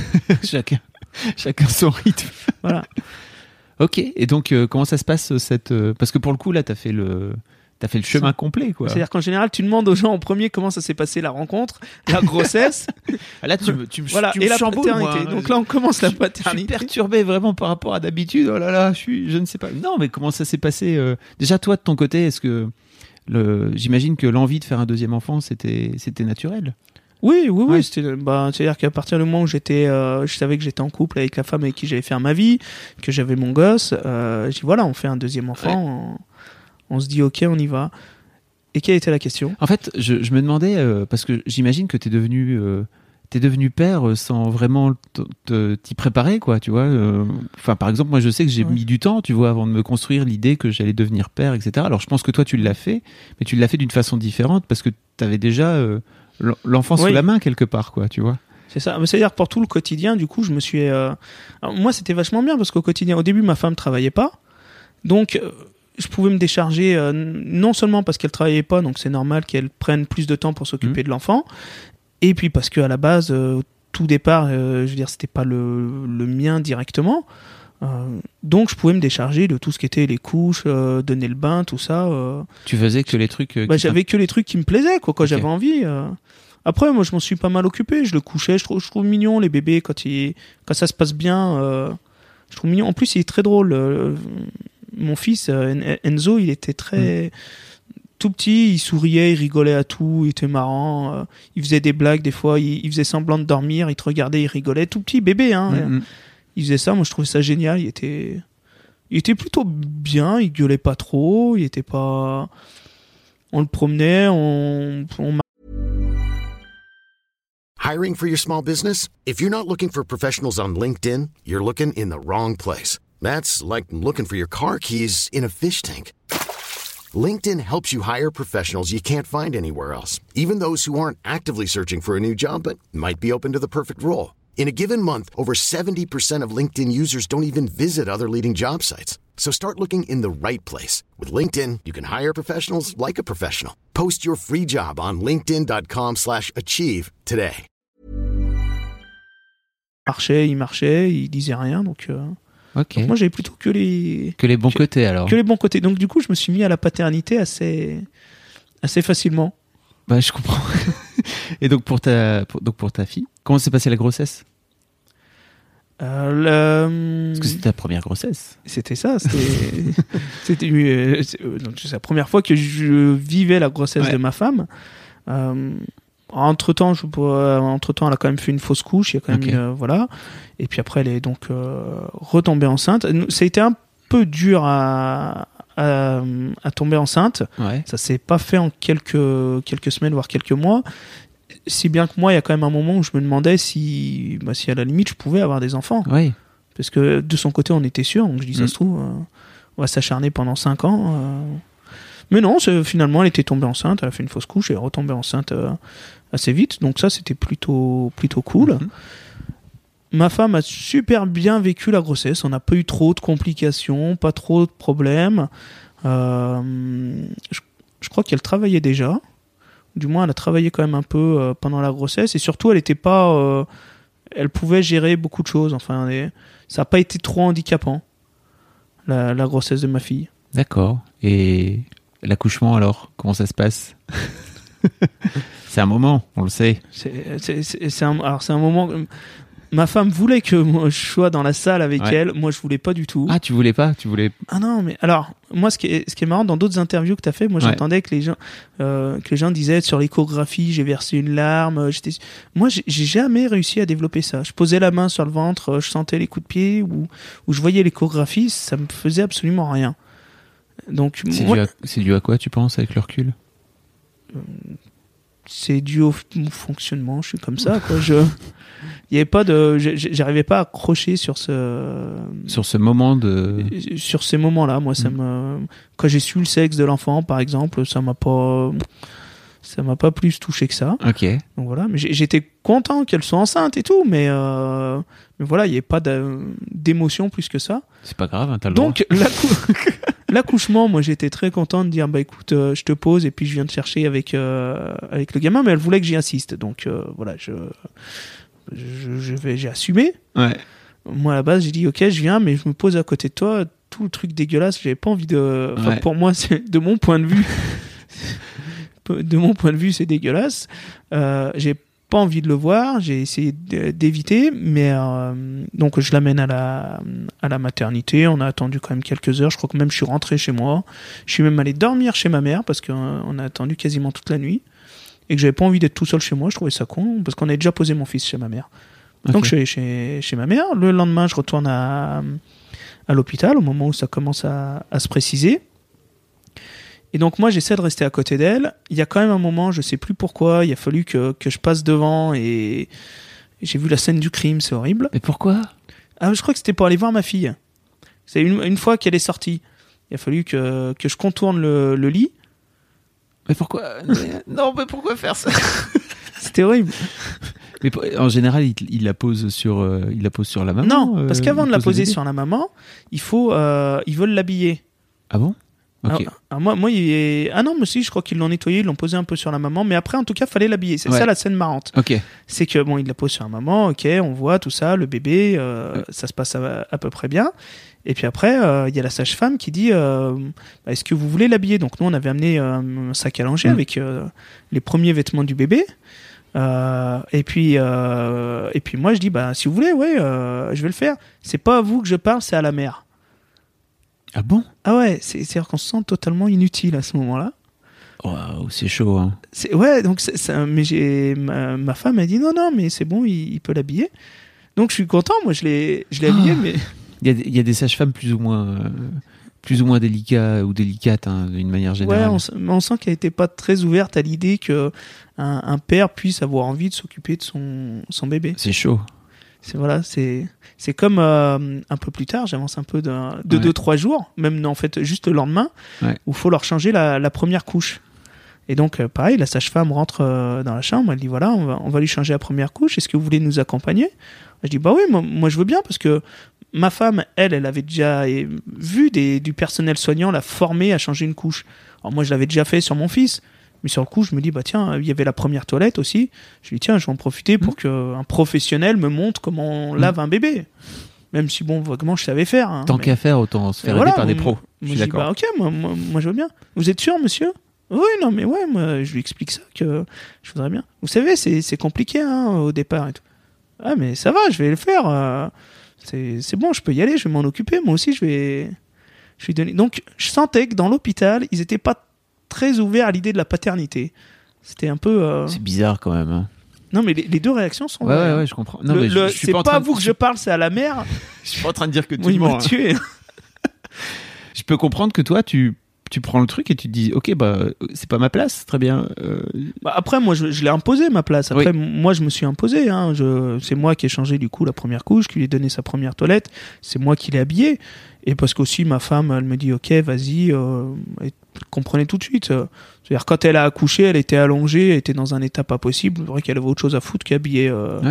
Chacun son rythme. Voilà. Ok. Et donc, comment ça se passe parce que pour le coup, là, t'as fait le chemin complet, quoi. C'est-à-dire qu'en général, tu demandes aux gens en premier comment ça s'est passé la rencontre, la grossesse. Là, tu me et la paternité. Moi. Donc là, on commence la paternité. Je suis perturbé vraiment par rapport à d'habitude. Oh là là, je ne sais pas. Non, mais comment ça s'est passé déjà, toi, de ton côté, est-ce que j'imagine que l'envie de faire un deuxième enfant, c'était naturel. Oui. C'est-à-dire qu'à partir du moment où je savais que j'étais en couple avec la femme avec qui j'allais faire ma vie, que j'avais mon gosse, j'ai dit voilà, on fait un deuxième enfant, on se dit ok, on y va. Et quelle était la question ? En fait, je me demandais, parce que j'imagine que t'es devenu t'es devenu père sans vraiment t'y préparer, quoi, tu vois. Enfin, par exemple, moi, je sais que j'ai mis du temps, tu vois, avant de me construire l'idée que j'allais devenir père, etc. Alors, je pense que toi, tu l'as fait, mais tu l'as fait d'une façon différente parce que t'avais déjà l'enfant sous la main quelque part, quoi, tu vois. C'est ça. C'est-à-dire que pour tout le quotidien, du coup, je me suis... Alors, moi, c'était vachement bien parce qu'au quotidien, au début, ma femme travaillait pas. Donc, je pouvais me décharger non seulement parce qu'elle travaillait pas, donc c'est normal qu'elle prenne plus de temps pour s'occuper de l'enfant, et puis parce qu'à la base, tout départ, je veux dire, c'était pas le mien directement. Donc, je pouvais me décharger de tout ce qui était les couches, donner le bain, tout ça. Tu faisais que les trucs... j'avais que les trucs qui me plaisaient, quoi, quand j'avais envie. Après, moi, je m'en suis pas mal occupé. Je le couchais. Je trouve mignon les bébés quand ça se passe bien. Je trouve mignon. En plus, il est très drôle. Mon fils Enzo, il était très tout petit. Il souriait, il rigolait à tout. Il était marrant. Il faisait des blagues des fois. Il faisait semblant de dormir. Il te regardait, il rigolait. Tout petit bébé, hein. Il faisait ça. Moi, je trouvais ça génial. Il était plutôt bien. Il gueulait pas trop. Il était pas. On le promenait. On Hiring for your small business? If you're not looking for professionals on LinkedIn, you're looking in the wrong place. That's like looking for your car keys in a fish tank. LinkedIn helps you hire professionals you can't find anywhere else, even those who aren't actively searching for a new job but might be open to the perfect role. In a given month, over 70% of LinkedIn users don't even visit other leading job sites. So start looking in the right place. With LinkedIn, you can hire professionals like a professional. Post your free job on linkedin.com/achieve today. Il marchait, il disait rien, donc moi j'avais plutôt que les bons côtés alors. Que les bons côtés. Donc du coup, je me suis mis à la paternité assez facilement. Bah, je comprends. Et donc pour ta fille, comment s'est passée la grossesse ? Parce que c'était ta première grossesse. C'était ça. C'était la première fois que je vivais la grossesse de ma femme. Entre-temps, elle a quand même fait une fausse couche. Il y a quand même voilà. Et puis après, elle est donc retombée enceinte. Ça a été un peu dur à tomber enceinte. Ça s'est pas fait en quelques semaines, voire quelques mois. Si bien que moi, il y a quand même un moment où je me demandais si à la limite, je pouvais avoir des enfants. Parce que de son côté, on était sûr. Donc je dis, ça se trouve, on va s'acharner pendant 5 ans. Mais non, finalement, elle était tombée enceinte. Elle a fait une fausse couche et est retombée enceinte assez vite. Donc ça, c'était plutôt cool. Ma femme a super bien vécu la grossesse. On n'a pas eu trop de complications, pas trop de problèmes. Je crois qu'elle travaillait déjà. Du moins, elle a travaillé quand même un peu pendant la grossesse. Et surtout, elle était pas... elle pouvait gérer beaucoup de choses. Enfin, ça n'a pas été trop handicapant, la grossesse de ma fille. D'accord. Et l'accouchement, alors, comment ça se passe ? C'est un moment, on le sait. C'est un moment... Ma femme voulait que moi, je sois dans la salle avec elle. Moi, je voulais pas du tout. Ah, tu voulais pas ? Ah non, mais alors, moi, ce qui est marrant, dans d'autres interviews que tu as fait, moi, j'entendais que les gens disaient sur l'échographie, j'ai versé une larme. Moi, j'ai jamais réussi à développer ça. Je posais la main sur le ventre, je sentais les coups de pied, ou je voyais l'échographie, ça me faisait absolument rien. Donc, c'est dû à quoi, tu penses, avec le recul ? C'est dû au fonctionnement, je suis comme ça, quoi. Il y avait pas j'arrivais pas à accrocher sur ce moment sur ces moments-là. Moi, quand j'ai su le sexe de l'enfant, par exemple, ça m'a pas plus touché que ça. Ok. Donc voilà, mais j'étais content qu'elle soit enceinte et tout, mais voilà, il y avait pas d'émotion plus que ça. C'est pas grave, hein, t'as le droit. Donc l'accouchement, moi j'étais très content de dire écoute, je te pose et puis je viens te chercher avec le gamin, mais elle voulait que j'y assiste, donc voilà, j'ai assumé. Moi à la base j'ai dit ok, je viens, mais je me pose à côté de toi, tout le truc dégueulasse, j'avais pas envie de. Enfin, pour moi, c'est de mon point de vue. De mon point de vue, c'est dégueulasse. J'ai pas envie de le voir. J'ai essayé d'éviter, mais donc je l'amène à la maternité. On a attendu quand même quelques heures. Je crois que même je suis rentré chez moi. Je suis même allé dormir chez ma mère parce qu'on a attendu quasiment toute la nuit et que j'avais pas envie d'être tout seul chez moi. Je trouvais ça con parce qu'on avait déjà posé mon fils chez ma mère. Donc je suis chez ma mère. Le lendemain, je retourne à l'hôpital au moment où ça commence à se préciser. Et donc moi j'essaie de rester à côté d'elle. Il y a quand même un moment, je sais plus pourquoi, il a fallu que je passe devant et j'ai vu la scène du crime, c'est horrible. Mais pourquoi ? Je crois que c'était pour aller voir ma fille. C'est une fois qu'elle est sortie. Il a fallu que je contourne le lit. Mais pourquoi ? Non, mais pourquoi faire ça ? C'était horrible. Mais en général, il la pose sur la maman. Non, parce qu'avant de la poser sur la maman, ils veulent l'habiller. Ah bon ? Ok. Moi, non, mais si, je crois qu'ils l'ont nettoyé, ils l'ont posé un peu sur la maman, mais après, en tout cas, fallait l'habiller. C'est ça la scène marrante. Ok. C'est que bon, il la pose sur la maman, ok, on voit tout ça, le bébé, ça se passe à peu près bien. Et puis après, il y a la sage-femme qui dit, est-ce que vous voulez l'habiller ? Donc nous, on avait amené un sac à langer avec les premiers vêtements du bébé. Et puis moi, je dis, si vous voulez, je vais le faire. C'est pas à vous que je parle, c'est à la mère. Ah bon ? Ah ouais, c'est-à-dire qu'on se sent totalement inutile à ce moment-là. Waouh, c'est chaud, hein. Donc mais ma femme a dit non, mais c'est bon, il peut l'habiller. Donc je suis content, moi je l'ai habillé, mais il y a des sages-femmes plus ou moins délicats ou délicates, hein, d'une manière générale. Ouais, on sent qu'elle n'était pas très ouverte à l'idée que un père puisse avoir envie de s'occuper de son bébé. C'est chaud. C'est comme un peu plus tard, j'avance un peu de 2-3 jours, même en fait juste le lendemain, où il faut leur changer la première couche. Et donc pareil, la sage-femme rentre dans la chambre, elle dit voilà, on va lui changer la première couche, est-ce que vous voulez nous accompagner ? Je dis bah oui, moi je veux bien, parce que ma femme, elle avait déjà vu du personnel soignant la former à changer une couche. Alors moi je l'avais déjà fait sur mon fils. Mais sur le coup, je me dis, tiens, il y avait la première toilette aussi. Je lui dis, tiens, je vais en profiter pour qu'un professionnel me montre comment on lave un bébé. Même si, vaguement, je savais faire. Hein, Tant qu'à faire, autant se faire aider par des pros. Je suis d'accord. Ok, moi, je veux bien. Vous êtes sûr, monsieur ? Oui, non, mais ouais, moi, je lui explique ça, que je voudrais bien. Vous savez, c'est compliqué, hein, au départ et tout. Ah, mais ça va, je vais le faire. C'est bon, je peux y aller, je vais m'en occuper. Moi aussi, je vais lui donner. Donc, je sentais que dans l'hôpital, ils n'étaient pas très ouvert à l'idée de la paternité. C'était un peu... C'est bizarre quand même. Hein. Non, mais les deux réactions sont vraies. Ouais, je comprends. Non, mais je suis c'est pas à vous que je parle, c'est à la mère. Je suis pas en train de dire que il m'a tué. Je peux comprendre que toi, tu prends le truc et tu te dis, ok, c'est pas ma place, très bien. Après, moi, je l'ai imposé, ma place. Après, moi, je me suis imposé. Hein. C'est moi qui ai changé, du coup, la première couche, qui lui ai donné sa première toilette. C'est moi qui l'ai habillé. Et parce qu'aussi, ma femme, elle me dit, ok, vas-y, elle comprenait tout de suite. C'est-à-dire, quand elle a accouché, elle était allongée, elle était dans un état pas possible. C'est vrai qu'elle avait autre chose à foutre qu'habiller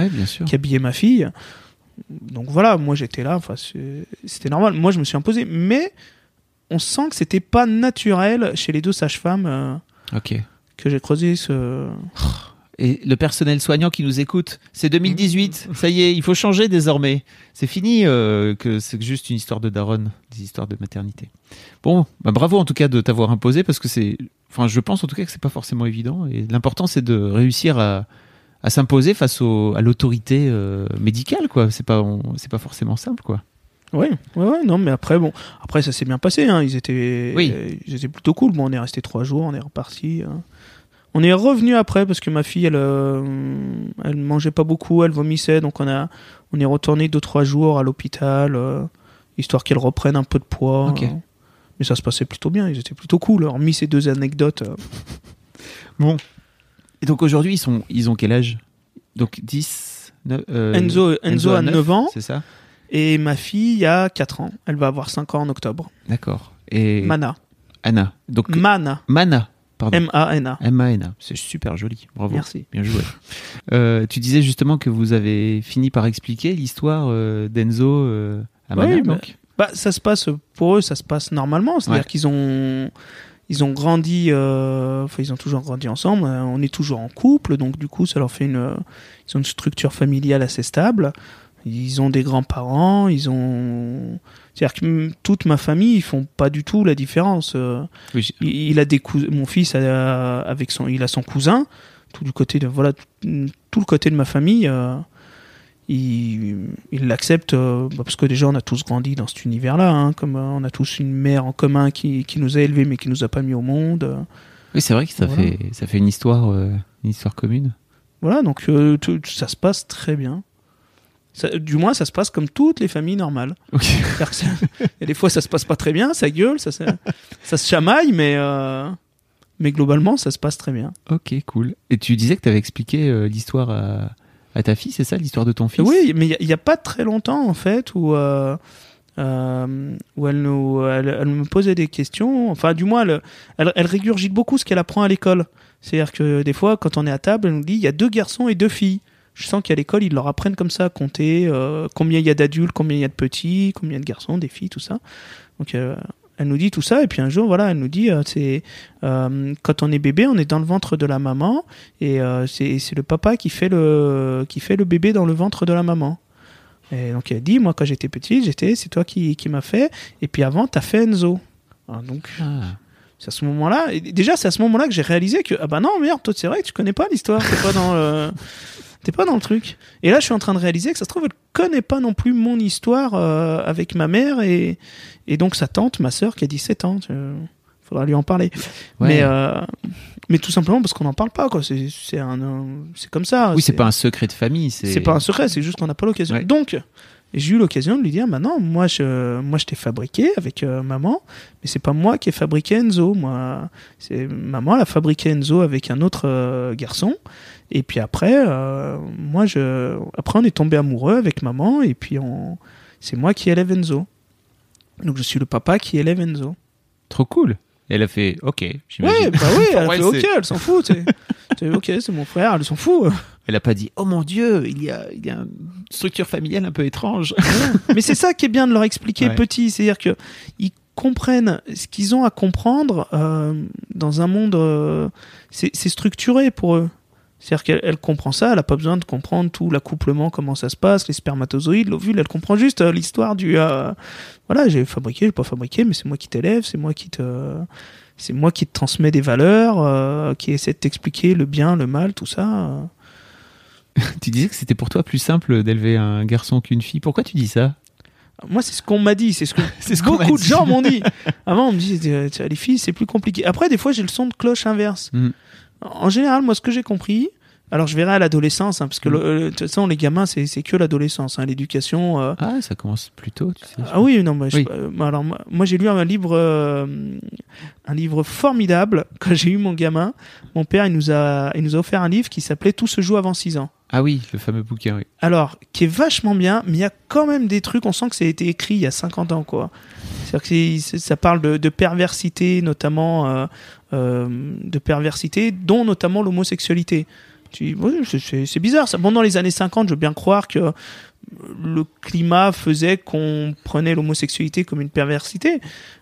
ma fille. Donc voilà, moi, j'étais là. C'était normal. Moi, je me suis imposé. Mais on sent que c'était pas naturel chez les deux sages-femmes que j'ai creusé ce... Et le personnel soignant qui nous écoute, c'est 2018, ça y est, il faut changer désormais. C'est fini que c'est juste une histoire de daronne, des histoires de maternité. Bon, bravo en tout cas de t'avoir imposé, parce que je pense en tout cas que c'est pas forcément évident. Et l'important, c'est de réussir à s'imposer face à l'autorité médicale, quoi. C'est pas forcément simple, quoi. Ouais, non, mais après ça s'est bien passé, hein. Ils étaient plutôt cool. Bon, on est resté 3 jours, on est reparti. Hein. On est revenu après parce que ma fille, elle mangeait pas beaucoup, elle vomissait, donc on est retourné 2-3 jours à l'hôpital, histoire qu'elle reprenne un peu de poids. Okay. Mais ça se passait plutôt bien, ils étaient plutôt cool, hormis ces 2 anecdotes. Bon. Et donc aujourd'hui, ils ont quel âge ? Donc 10, 9, Enzo a 9 ans. C'est ça ? Et ma fille a 4 ans. Elle va avoir 5 ans en octobre. D'accord. Et Anna. Donc Mana. Pardon. M-A-N-A. M-A-N-A. C'est super joli. Bravo. Merci. Bien joué. Tu disais justement que vous avez fini par expliquer l'histoire d'Enzo à Mana. Donc. Ça se passe, pour eux, ça se passe normalement. C'est-à-dire qu'ils ont grandi, ils ont toujours grandi ensemble. On est toujours en couple. Donc, du coup, ça leur fait ils ont une structure familiale assez stable. Ils ont des grands-parents, c'est-à-dire que toute ma famille, ils font pas du tout la différence. Il a des mon fils il a son cousin, tout le côté de ma famille, il l'accepte parce que déjà on a tous grandi dans cet univers-là, hein, comme on a tous une mère en commun qui nous a élevés mais qui nous a pas mis au monde. Oui, c'est vrai que ça fait une histoire commune. Voilà, donc ça se passe très bien. Du moins, ça se passe comme toutes les familles normales. Okay. Il y a des fois, ça se passe pas très bien, ça gueule, ça se chamaille, mais globalement, ça se passe très bien. Ok, cool. Et tu disais que tu avais expliqué l'histoire à ta fille, c'est ça, l'histoire de ton fils? Oui, mais il y a pas très longtemps, en fait, où elle me posait des questions. Enfin, du moins, elle régurgite beaucoup ce qu'elle apprend à l'école. C'est-à-dire que des fois, quand on est à table, elle nous dit il y a 2 garçons et 2 filles. Je sens qu'à l'école, ils leur apprennent comme ça à compter combien il y a d'adultes, combien il y a de petits, combien de garçons, des filles, tout ça. Donc, elle nous dit tout ça. Et puis un jour, voilà, elle nous dit quand on est bébé, on est dans le ventre de la maman. Et c'est le papa qui fait le bébé dans le ventre de la maman. Et donc, elle dit moi, quand j'étais petite, c'est toi qui m'as fait. Et puis avant, t'as fait Enzo. Alors, donc. C'est à ce moment-là, déjà c'est à ce moment-là que j'ai réalisé que ah bah non merde, toi c'est vrai que tu connais pas l'histoire, t'es pas dans le truc. Et là je suis en train de réaliser que ça se trouve elle connaît pas non plus mon histoire avec ma mère et donc sa tante, ma sœur qui a 17 ans, faudra lui en parler. Ouais. Mais tout simplement parce qu'on n'en parle pas quoi, c'est comme ça. Oui, c'est pas un secret de famille, c'est pas un secret, c'est juste qu'on n'a pas l'occasion. Ouais. Donc j'ai eu l'occasion de lui dire, maintenant, moi je t'ai fabriqué avec maman, mais c'est pas moi qui ai fabriqué Enzo. C'est maman, elle a fabriqué Enzo avec un autre garçon. Et puis après, après on est tombé amoureux avec maman, et puis c'est moi qui élève Enzo. Donc je suis le papa qui élève Enzo. Trop cool. Et elle a fait OK, j'imagine. Ouais, bah oui, elle a fait OK, elle s'en fout. OK, c'est mon frère, elle s'en fout. Elle a pas dit oh mon Dieu, il y a une structure familiale un peu étrange. Mais c'est ça qui est bien de leur expliquer petit, c'est-à-dire que ils comprennent ce qu'ils ont à comprendre dans un monde. C'est structuré pour eux. C'est-à-dire qu'elle comprend ça, elle a pas besoin de comprendre tout l'accouplement, comment ça se passe, les spermatozoïdes, l'ovule, elle comprend juste l'histoire du voilà, j'ai fabriqué, j'ai pas fabriqué, mais c'est moi qui t'élève, c'est moi qui te transmets des valeurs, qui essaie de t'expliquer le bien, le mal, tout ça. Tu disais que c'était pour toi plus simple d'élever un garçon qu'une fille. Pourquoi tu dis ça? Moi, c'est ce qu'on m'a dit, c'est ce que beaucoup de gens m'ont dit. Avant, on me dit les filles, c'est plus compliqué. Après, des fois, j'ai le son de cloche inverse. En général, moi, ce que j'ai compris, alors je verrai à l'adolescence, parce que de toute façon, les gamins, c'est que l'adolescence, l'éducation. Ah, ça commence plus tôt, tu sais. Ah oui, non, alors moi, j'ai lu un livre formidable quand j'ai eu mon gamin. Mon père, il nous a offert un livre qui s'appelait Tout se joue avant 6 ans. Ah oui, le fameux bouquin, oui. Alors, qui est vachement bien, mais il y a quand même des trucs, on sent que ça a été écrit il y a 50 ans, quoi. C'est-à-dire que ça parle de perversité, notamment, de perversité, dont notamment l'homosexualité. C'est bizarre, ça. Bon, dans les années 50, je veux bien croire que le climat faisait qu'on prenait l'homosexualité comme une perversité.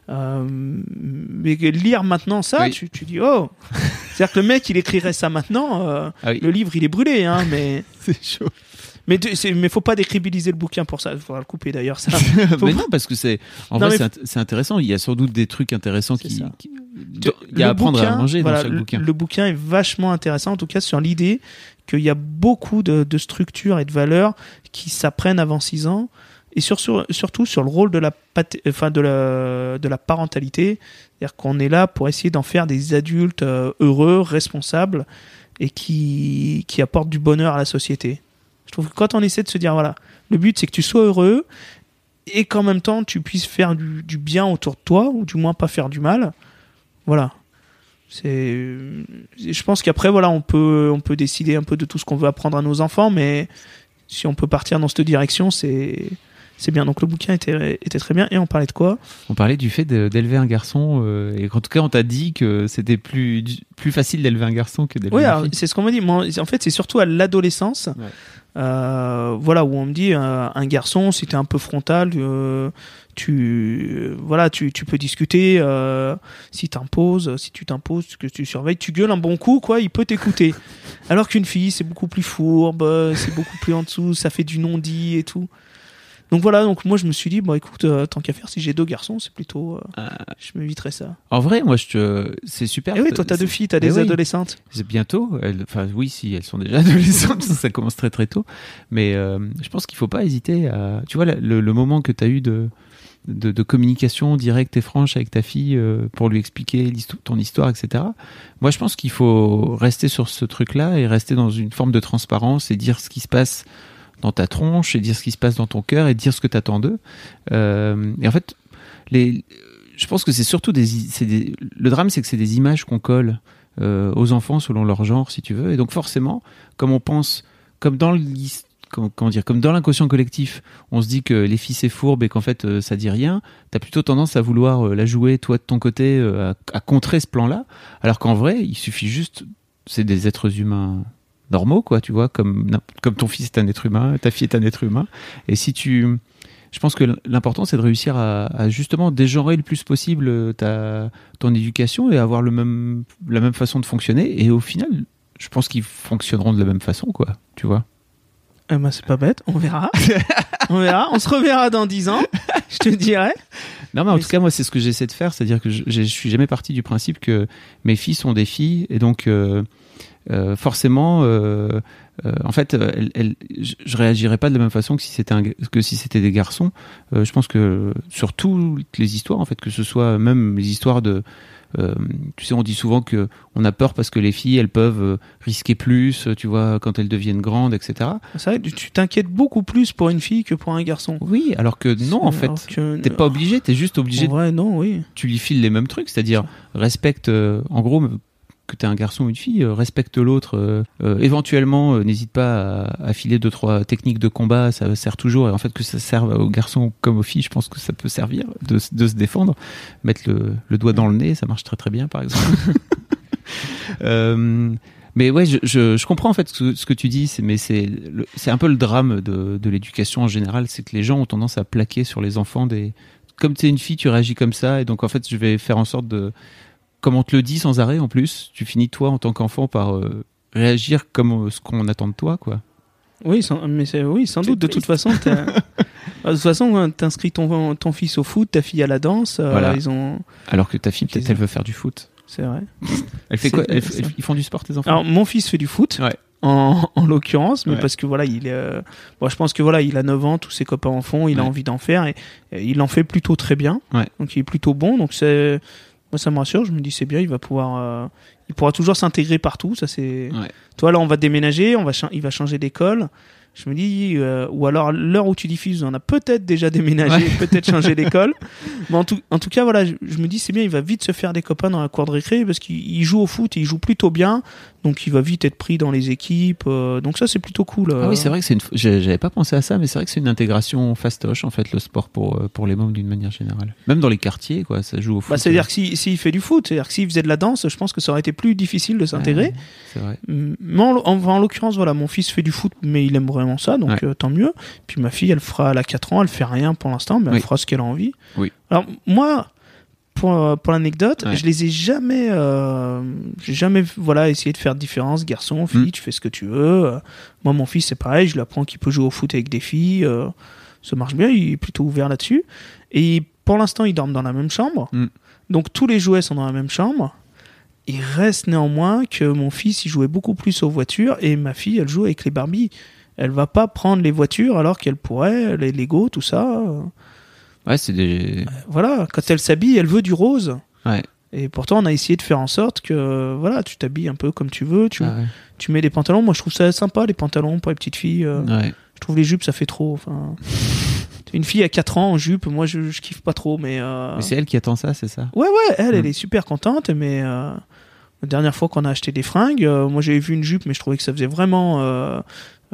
Mais lire maintenant ça, oui. tu dis oh. C'est-à-dire que le mec, il écrirait ça maintenant, le livre, il est brûlé, hein, mais c'est chaud. Mais faut pas décribiliser le bouquin pour ça. Il faudra le couper d'ailleurs. Ça. Mais non, parce que c'est intéressant. Il y a sans doute des trucs intéressants il y a à apprendre à manger dans chaque bouquin. Le bouquin est vachement intéressant, en tout cas sur l'idée qu'il y a beaucoup de structures et de valeurs qui s'apprennent avant 6 ans, et surtout sur le rôle de la parentalité. C'est-à-dire qu'on est là pour essayer d'en faire des adultes heureux, responsables, et qui apportent du bonheur à la société. Je trouve que quand on essaie de se dire, voilà, le but c'est que tu sois heureux et qu'en même temps tu puisses faire du bien autour de toi, ou du moins pas faire du mal, voilà. Je pense qu'après, voilà, on peut décider un peu de tout ce qu'on veut apprendre à nos enfants, mais si on peut partir dans cette direction, c'est bien. Donc le bouquin était très bien. Et on parlait de quoi? On parlait du fait d'élever un garçon, et en tout cas on t'a dit que c'était plus facile d'élever un garçon que d'élever une fille. C'est ce qu'on m'a dit. Moi, en fait, c'est surtout à l'adolescence. Ouais. Voilà, où on me dit un garçon, si t'es un peu frontal, tu peux discuter, si tu t'imposes, que tu surveilles, tu gueules un bon coup, quoi, il peut t'écouter. Alors qu'une fille, c'est beaucoup plus fourbe, c'est beaucoup plus en dessous, ça fait du non-dit et tout. Donc voilà, donc moi je me suis dit, bon écoute, tant qu'à faire, si j'ai 2 garçons, c'est plutôt, je m'éviterais ça. En vrai, moi c'est super. Et oui, toi t'as 2 filles, t'as des adolescentes. C'est bientôt, oui, si elles sont déjà adolescentes, ça commence très très tôt. Mais je pense qu'il faut pas hésiter à, tu vois, le moment que t'as eu de communication directe et franche avec ta fille pour lui expliquer ton histoire, etc. Moi je pense qu'il faut rester sur ce truc-là et rester dans une forme de transparence et dire ce qui se passe dans ta tronche et dire ce qui se passe dans ton cœur et dire ce que t'attends d'eux. Et en fait, je pense que c'est surtout le drame, c'est que c'est des images qu'on colle aux enfants selon leur genre, si tu veux. Et donc forcément, comme on pense, comme dans l'inconscient collectif, on se dit que les filles c'est fourbe et qu'en fait ça dit rien, t'as plutôt tendance à vouloir la jouer toi de ton côté, à contrer ce plan-là, alors qu'en vrai il suffit juste, c'est des êtres humains normaux, quoi, tu vois, comme ton fils est un être humain, ta fille est un être humain, et je pense que l'important c'est de réussir à justement dégenrer le plus possible ton éducation et avoir la même façon de fonctionner, et au final je pense qu'ils fonctionneront de la même façon, quoi, tu vois. C'est pas bête, on verra. On se reverra dans 10 ans, je te dirai. Non, mais en tout cas, moi, c'est ce que j'essaie de faire, c'est-à-dire que je suis jamais parti du principe que mes filles sont des filles, et donc forcément, en fait, je réagirais pas de la même façon que si c'était des garçons. Je pense que sur toutes les histoires, en fait, que ce soit même les histoires de tu sais, on dit souvent que on a peur parce que les filles, elles peuvent risquer plus, tu vois, quand elles deviennent grandes, etc. C'est vrai que tu t'inquiètes beaucoup plus pour une fille que pour un garçon. Oui, alors que non, en fait, t'es pas obligé, t'es juste obligé. En vrai, non, oui. Tu lui files les mêmes trucs, c'est-à-dire respecte, en gros, que t'es un garçon ou une fille, respecte l'autre. Éventuellement, n'hésite pas à filer 2-3 techniques de combat, ça sert toujours. Et en fait, que ça serve aux garçons comme aux filles, je pense que ça peut servir de se défendre. Mettre le doigt dans le nez, ça marche très très bien, par exemple. Mais ouais, je comprends en fait ce que tu dis, mais c'est un peu le drame de l'éducation en général, c'est que les gens ont tendance à plaquer sur les enfants comme t'es une fille, tu réagis comme ça, et donc en fait, je vais faire en sorte comme on te le dit sans arrêt en plus, tu finis toi en tant qu'enfant par réagir comme ce qu'on attend de toi, quoi. Oui, sans doute. De toute façon, t'inscris ton fils au foot, ta fille à la danse. Voilà. Alors que ta fille, peut-être, elle veut faire du foot. C'est vrai. Elle fait quoi Ils font du sport, tes enfants? Alors, mon fils fait du foot. Ouais. En l'occurrence, mais ouais. parce que voilà, je pense que voilà, il a 9 ans, tous ses copains en font, il a envie d'en faire, et il en fait plutôt très bien. Ouais. Donc, il est plutôt bon. Donc, moi, ça me rassure. Je me dis, c'est bien, il pourra toujours s'intégrer partout. Ça, c'est. Ouais. Toi, là, on va déménager, il va changer d'école. Je me dis, ou alors l'heure où tu diffuses, on a peut-être déjà déménagé, peut-être changé d'école. Mais en tout cas, voilà, je me dis, c'est bien, il va vite se faire des copains dans la cour de récré parce qu'il joue au foot et il joue plutôt bien. Donc, il va vite être pris dans les équipes. Donc, ça, c'est plutôt cool. Ah oui, c'est vrai que j'avais pas pensé à ça, mais c'est vrai que c'est une intégration fastoche, en fait, le sport pour les mômes d'une manière générale. Même dans les quartiers, quoi, ça joue au foot. C'est-à-dire que s'il fait du foot, c'est-à-dire que s'il faisait de la danse, je pense que ça aurait été plus difficile de s'intégrer. Ouais, c'est vrai. Mais en l'occurrence, voilà, mon fils fait du foot, mais il aime vraiment ça, donc tant mieux. Puis ma fille, elle a 4 ans, elle fait rien pour l'instant, mais elle fera ce qu'elle a envie. Oui. Alors, moi, pour l'anecdote, je les ai jamais, j'ai jamais, voilà, essayé de faire de différence, garçon, fille, tu fais ce que tu veux. Moi, mon fils, c'est pareil, je lui apprends qu'il peut jouer au foot avec des filles, ça marche bien, il est plutôt ouvert là-dessus. Et pour l'instant, ils dorment dans la même chambre, donc tous les jouets sont dans la même chambre. Il reste néanmoins que mon fils, il jouait beaucoup plus aux voitures, et ma fille, elle joue avec les Barbie. Elle va pas prendre les voitures alors qu'elle pourrait, les Lego, tout ça. Ouais, c'est des. Voilà, quand elle s'habille, elle veut du rose. Ouais. Et pourtant, on a essayé de faire en sorte que, voilà, tu t'habilles un peu comme tu veux. Tu mets des pantalons. Moi, je trouve ça sympa, les pantalons pour les petites filles. Je trouve les jupes, ça fait trop. Enfin, une fille à 4 ans en jupe, moi, je kiffe pas trop. Mais c'est elle qui attend ça, c'est ça? Ouais, elle est super contente. Mais la dernière fois qu'on a acheté des fringues, moi, j'avais vu une jupe, mais je trouvais que ça faisait vraiment.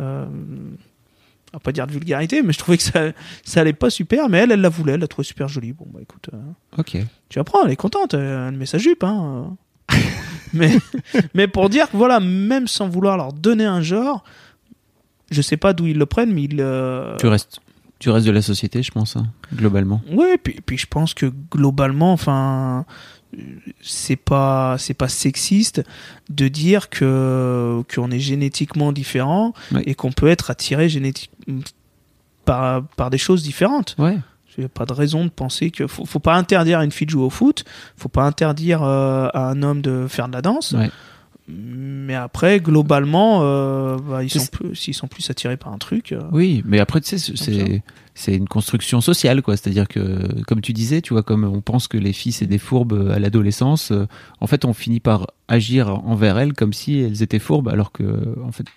On va pas dire de vulgarité, mais je trouvais que ça allait pas super, mais elle la voulait, elle la trouvait super jolie. Bon, bah écoute, ok. Tu apprends, elle est contente, elle met sa jupe, hein. mais pour dire que voilà, même sans vouloir leur donner un genre, je sais pas d'où ils le prennent, mais Tu restes de la société, je pense, hein, globalement. Ouais, puis je pense que globalement, enfin, c'est pas sexiste de dire qu'on est génétiquement différent et qu'on peut être attiré par des choses différentes. Ouais. Il n'y a pas de raison de penser que faut pas interdire à une fille de jouer au foot, faut pas interdire à un homme de faire de la danse. Ouais. Mais après, globalement, s'ils sont plus attirés par un truc. Oui, mais après, tu sais, c'est une construction sociale, quoi. C'est-à-dire que, comme tu disais, tu vois, comme on pense que les filles, c'est des fourbes à l'adolescence, en fait, on finit par agir envers elles comme si elles étaient fourbes, alors que, en fait,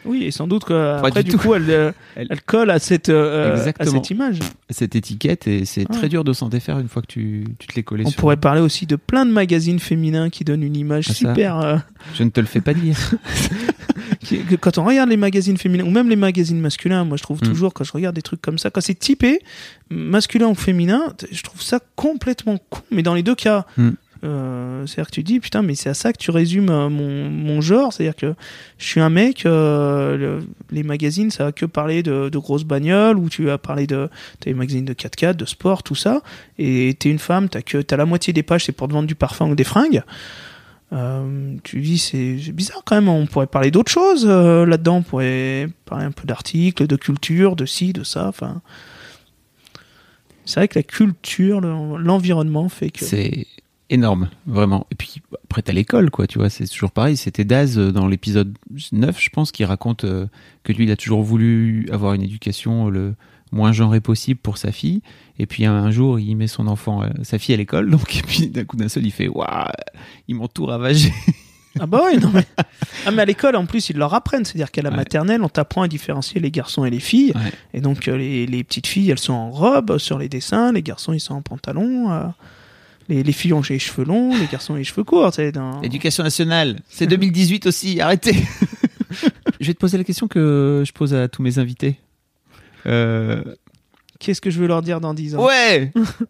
Oui, et sans doute qu'après, du du tout. coup, elle colle à cette image. Cette étiquette, et c'est très dur de s'en défaire une fois que tu te l'es collé On sur. pourrait parler aussi de plein de magazines féminins qui donnent une image Ah, ça. super... Je ne te le fais pas dire. que quand on regarde les magazines féminins, ou même les magazines masculins, moi je trouve toujours, quand je regarde des trucs comme ça, quand c'est typé, masculin ou féminin, je trouve ça complètement con. Mais dans les deux cas... c'est-à-dire que tu dis putain, mais c'est à ça que tu résumes mon genre, c'est-à-dire que je suis un mec, les magazines ça va que parler de grosses bagnoles, ou tu vas parler t'as les magazines de 4x4, de sport, tout ça, et t'es une femme, t'as la moitié des pages c'est pour te vendre du parfum ou des fringues. Tu dis c'est bizarre quand même, on pourrait parler d'autres choses là-dedans, on pourrait parler un peu d'articles, de culture, de ci, de ça, enfin c'est vrai que la culture, l'environnement fait que C'est énorme, vraiment. Et puis après t'as l'école, quoi, tu vois, c'est toujours pareil. C'était Daz dans l'épisode 9, je pense, qui raconte que lui il a toujours voulu avoir une éducation le moins genrée possible pour sa fille, et puis un jour il met sa fille à l'école, donc, et puis d'un seul il fait waouh, ils m'ont tout ravagé. Ah bah ouais, non mais... Ah mais à l'école, en plus, ils leur apprennent. C'est-à-dire qu'à la maternelle, on t'apprend à différencier les garçons et les filles. Ouais. Et donc, les petites filles, elles sont en robe sur les dessins. Les garçons, ils sont en pantalon. Les filles ont les cheveux longs. Les garçons ont les cheveux courts. Éducation nationale, c'est 2018 aussi, arrêtez. Je vais te poser la question que je pose à tous mes invités. Qu'est-ce que je veux leur dire dans 10 ans? Ouais.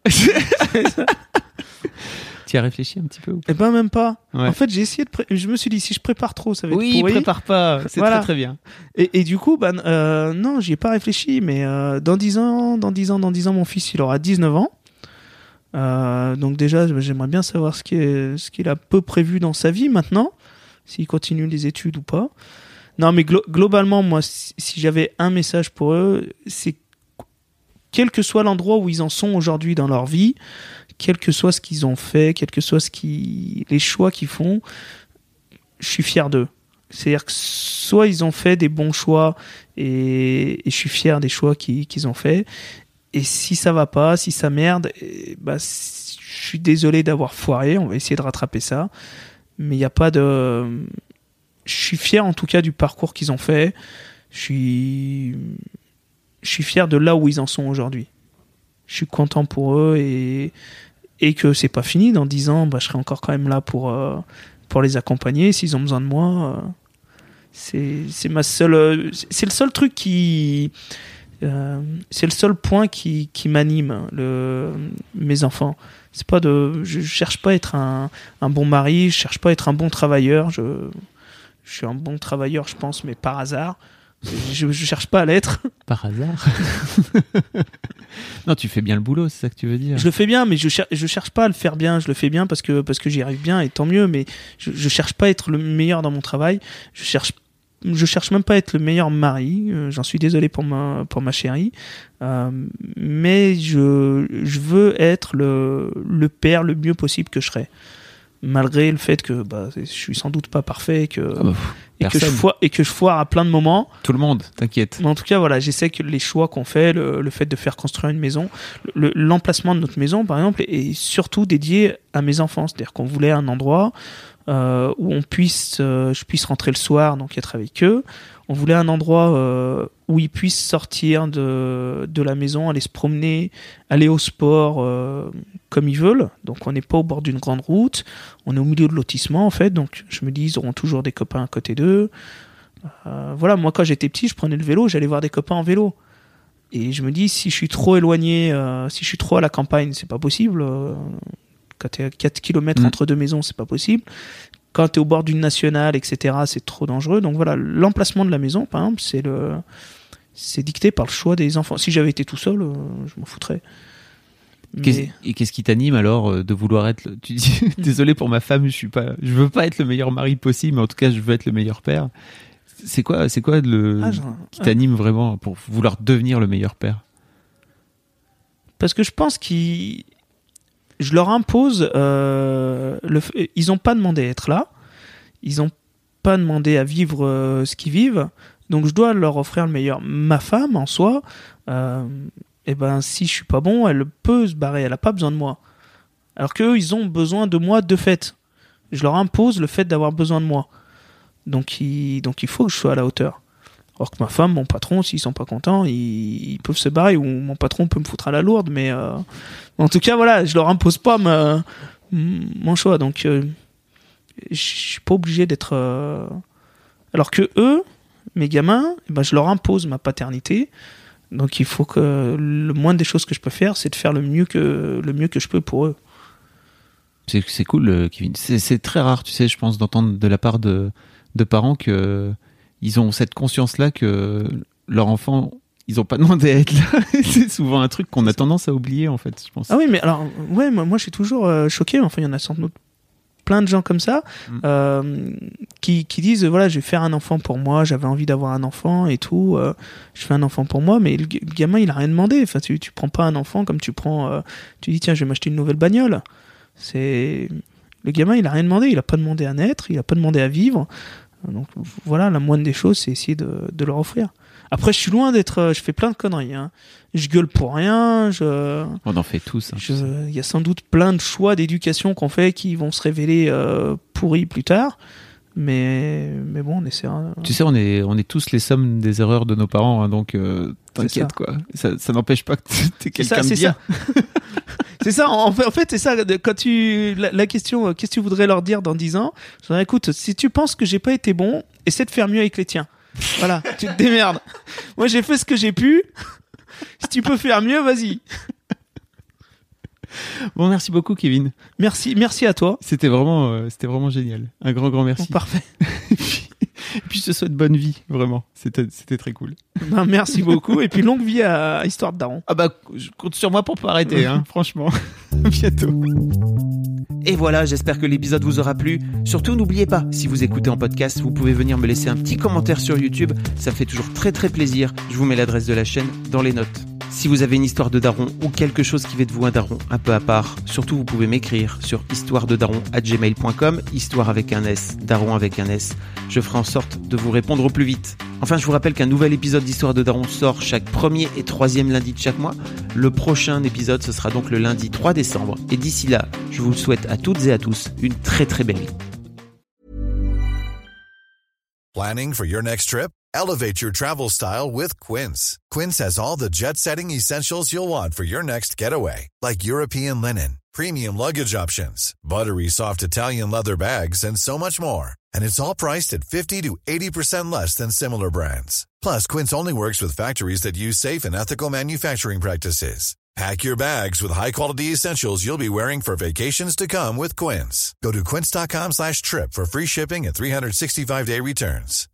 Tu as réfléchi un petit peu ou pas? Eh ben même pas. Ouais. En fait, j'ai essayé je me suis dit, si je prépare trop, ça va être Oui, pourri. prépare pas, c'est Voilà. très très bien. Et du coup, non, j'y ai pas réfléchi, mais dans 10 ans, mon fils, il aura 19 ans. Donc déjà, j'aimerais bien savoir ce qu'il a peu prévu dans sa vie maintenant, s'il continue les études ou pas. Non, mais globalement, moi, si j'avais un message pour eux, c'est quel que soit l'endroit où ils en sont aujourd'hui dans leur vie, quel que soit ce qu'ils ont fait, quel que soit les choix qu'ils font, je suis fier d'eux. C'est-à-dire que soit ils ont fait des bons choix et je suis fier des choix qu'ils ont fait. Et si ça va pas, si ça merde, je suis désolé d'avoir foiré. On va essayer de rattraper ça. Mais il n'y a pas de... Je suis fier en tout cas du parcours qu'ils ont fait. Je suis fier de là où ils en sont aujourd'hui. Je suis content pour eux et que c'est pas fini. Dans 10 ans, je serai encore quand même là pour les accompagner. S'ils ont besoin de moi, c'est le seul truc c'est le seul point qui m'anime, mes enfants. C'est pas je cherche pas à être un bon mari, je cherche pas à être un bon travailleur. Je suis un bon travailleur, je pense, mais par hasard. Je cherche pas à l'être. Par hasard. Non, tu fais bien le boulot, c'est ça que tu veux dire. Je le fais bien, mais je cherche pas à le faire bien. Je le fais bien parce que j'y arrive bien, et tant mieux. Mais je cherche pas à être le meilleur dans mon travail. Je cherche même pas à être le meilleur mari. J'en suis désolé pour ma chérie. Mais je veux être le père le mieux possible que je serai. Malgré le fait que je suis sans doute pas parfait, et que je foire à plein de moments. Tout le monde, t'inquiète. Mais en tout cas, voilà, j'essaie que les choix qu'on fait, le fait de faire construire une maison, l'emplacement de notre maison, par exemple, est surtout dédié à mes enfants. C'est-à-dire qu'on voulait un endroit où je puisse rentrer le soir, donc être avec eux. On voulait un endroit où ils puissent sortir de la maison, aller se promener, aller au sport comme ils veulent. Donc on n'est pas au bord d'une grande route, on est au milieu de lotissement en fait. Donc je me dis, ils auront toujours des copains à côté d'eux. Voilà, moi quand j'étais petit, je prenais le vélo, j'allais voir des copains en vélo. Et je me dis, si je suis trop éloigné, si je suis trop à la campagne, c'est pas possible. Quand tu es à 4 km entre deux maisons, c'est pas possible. Quand tu es au bord d'une nationale, etc., c'est trop dangereux. Donc voilà, l'emplacement de la maison, par exemple, c'est dicté par le choix des enfants. Si j'avais été tout seul, je m'en foutrais. Et qu'est-ce qui t'anime alors de vouloir être... Tu dis, désolé pour ma femme, je veux pas être le meilleur mari possible, mais en tout cas, je veux être le meilleur père. C'est quoi qui t'anime vraiment pour vouloir devenir le meilleur père? Parce que je pense je leur impose ils n'ont pas demandé à être là, ils n'ont pas demandé à vivre ce qu'ils vivent, donc je dois leur offrir le meilleur. Ma femme en soi, si je suis pas bon, elle peut se barrer, elle a pas besoin de moi, alors qu'eux ils ont besoin de moi de fait. Je leur impose le fait d'avoir besoin de moi, donc il faut que je sois à la hauteur. Alors que ma femme, mon patron, s'ils sont pas contents, ils peuvent se barrer, ou mon patron peut me foutre à la lourde, mais en tout cas, voilà, je leur impose pas mon choix, donc je suis pas obligé d'être... Alors que eux, mes gamins, je leur impose ma paternité, donc il faut que le moindre des choses que je peux faire, c'est de faire le mieux que je peux pour eux. C'est cool, Kevin. C'est très rare, tu sais, je pense, d'entendre de la part de parents que ils ont cette conscience-là que leur enfant, ils n'ont pas demandé à être là. C'est souvent un truc qu'on a tendance à oublier, en fait, je pense. Ah oui, mais alors, ouais, moi je suis toujours choqué. Enfin, il y en a sans doute plein de gens comme ça qui disent, voilà, je vais faire un enfant pour moi, j'avais envie d'avoir un enfant et tout, je fais un enfant pour moi, mais le gamin, il a rien demandé. Enfin, tu prends pas un enfant comme tu prends... tu dis, tiens, je vais m'acheter une nouvelle bagnole. Le gamin, il a rien demandé, il a pas demandé à naître, il a pas demandé à vivre. Donc voilà, la moindre des choses, c'est essayer de leur offrir. Après, je suis loin d'être... je fais plein de conneries. Hein. Je gueule pour rien. On en fait tous. Il y a sans doute plein de choix d'éducation qu'on fait qui vont se révéler pourris plus tard. Mais bon, on essaiera. Tu sais, on est tous les sommes des erreurs de nos parents. Hein, donc t'inquiète, quoi. Ça n'empêche pas que t'es quelqu'un de bien. C'est ça, en fait, c'est ça. Quand la question, qu'est-ce que tu voudrais leur dire dans 10 ans? Je dirais, écoute, si tu penses que j'ai pas été bon, essaie de faire mieux avec les tiens. Voilà, tu te démerdes. Moi, j'ai fait ce que j'ai pu. Si tu peux faire mieux, vas-y. Bon, merci beaucoup, Kevin. Merci à toi. C'était vraiment génial. Un grand merci. Bon, parfait. Et puis je te souhaite bonne vie, vraiment. C'était très cool. Merci beaucoup. Et puis longue vie à Histoire de Daron. Ah je compte sur moi pour pas arrêter, hein, franchement. À bientôt. Et voilà, j'espère que l'épisode vous aura plu. Surtout, n'oubliez pas, si vous écoutez en podcast, vous pouvez venir me laisser un petit commentaire sur YouTube. Ça me fait toujours très très plaisir. Je vous mets l'adresse de la chaîne dans les notes. Si vous avez une histoire de daron ou quelque chose qui fait de vous un daron un peu à part, surtout vous pouvez m'écrire sur histoirededaron@gmail.com, histoire avec un S, daron avec un S. Je ferai en sorte de vous répondre au plus vite. Enfin, je vous rappelle qu'un nouvel épisode d'Histoire de Daron sort chaque 1er et 3e lundi de chaque mois. Le prochain épisode, ce sera donc le lundi 3 décembre. Et d'ici là, je vous souhaite à toutes et à tous une très très belle vie. Planning for your next trip? Elevate your travel style with Quince. Quince has all the jet-setting essentials you'll want for your next getaway, like European linen, premium luggage options, buttery soft Italian leather bags, and so much more. And it's all priced at 50 to 80% less than similar brands. Plus, Quince only works with factories that use safe and ethical manufacturing practices. Pack your bags with high-quality essentials you'll be wearing for vacations to come with Quince. Go to quince.com/trip for free shipping and 365-day returns.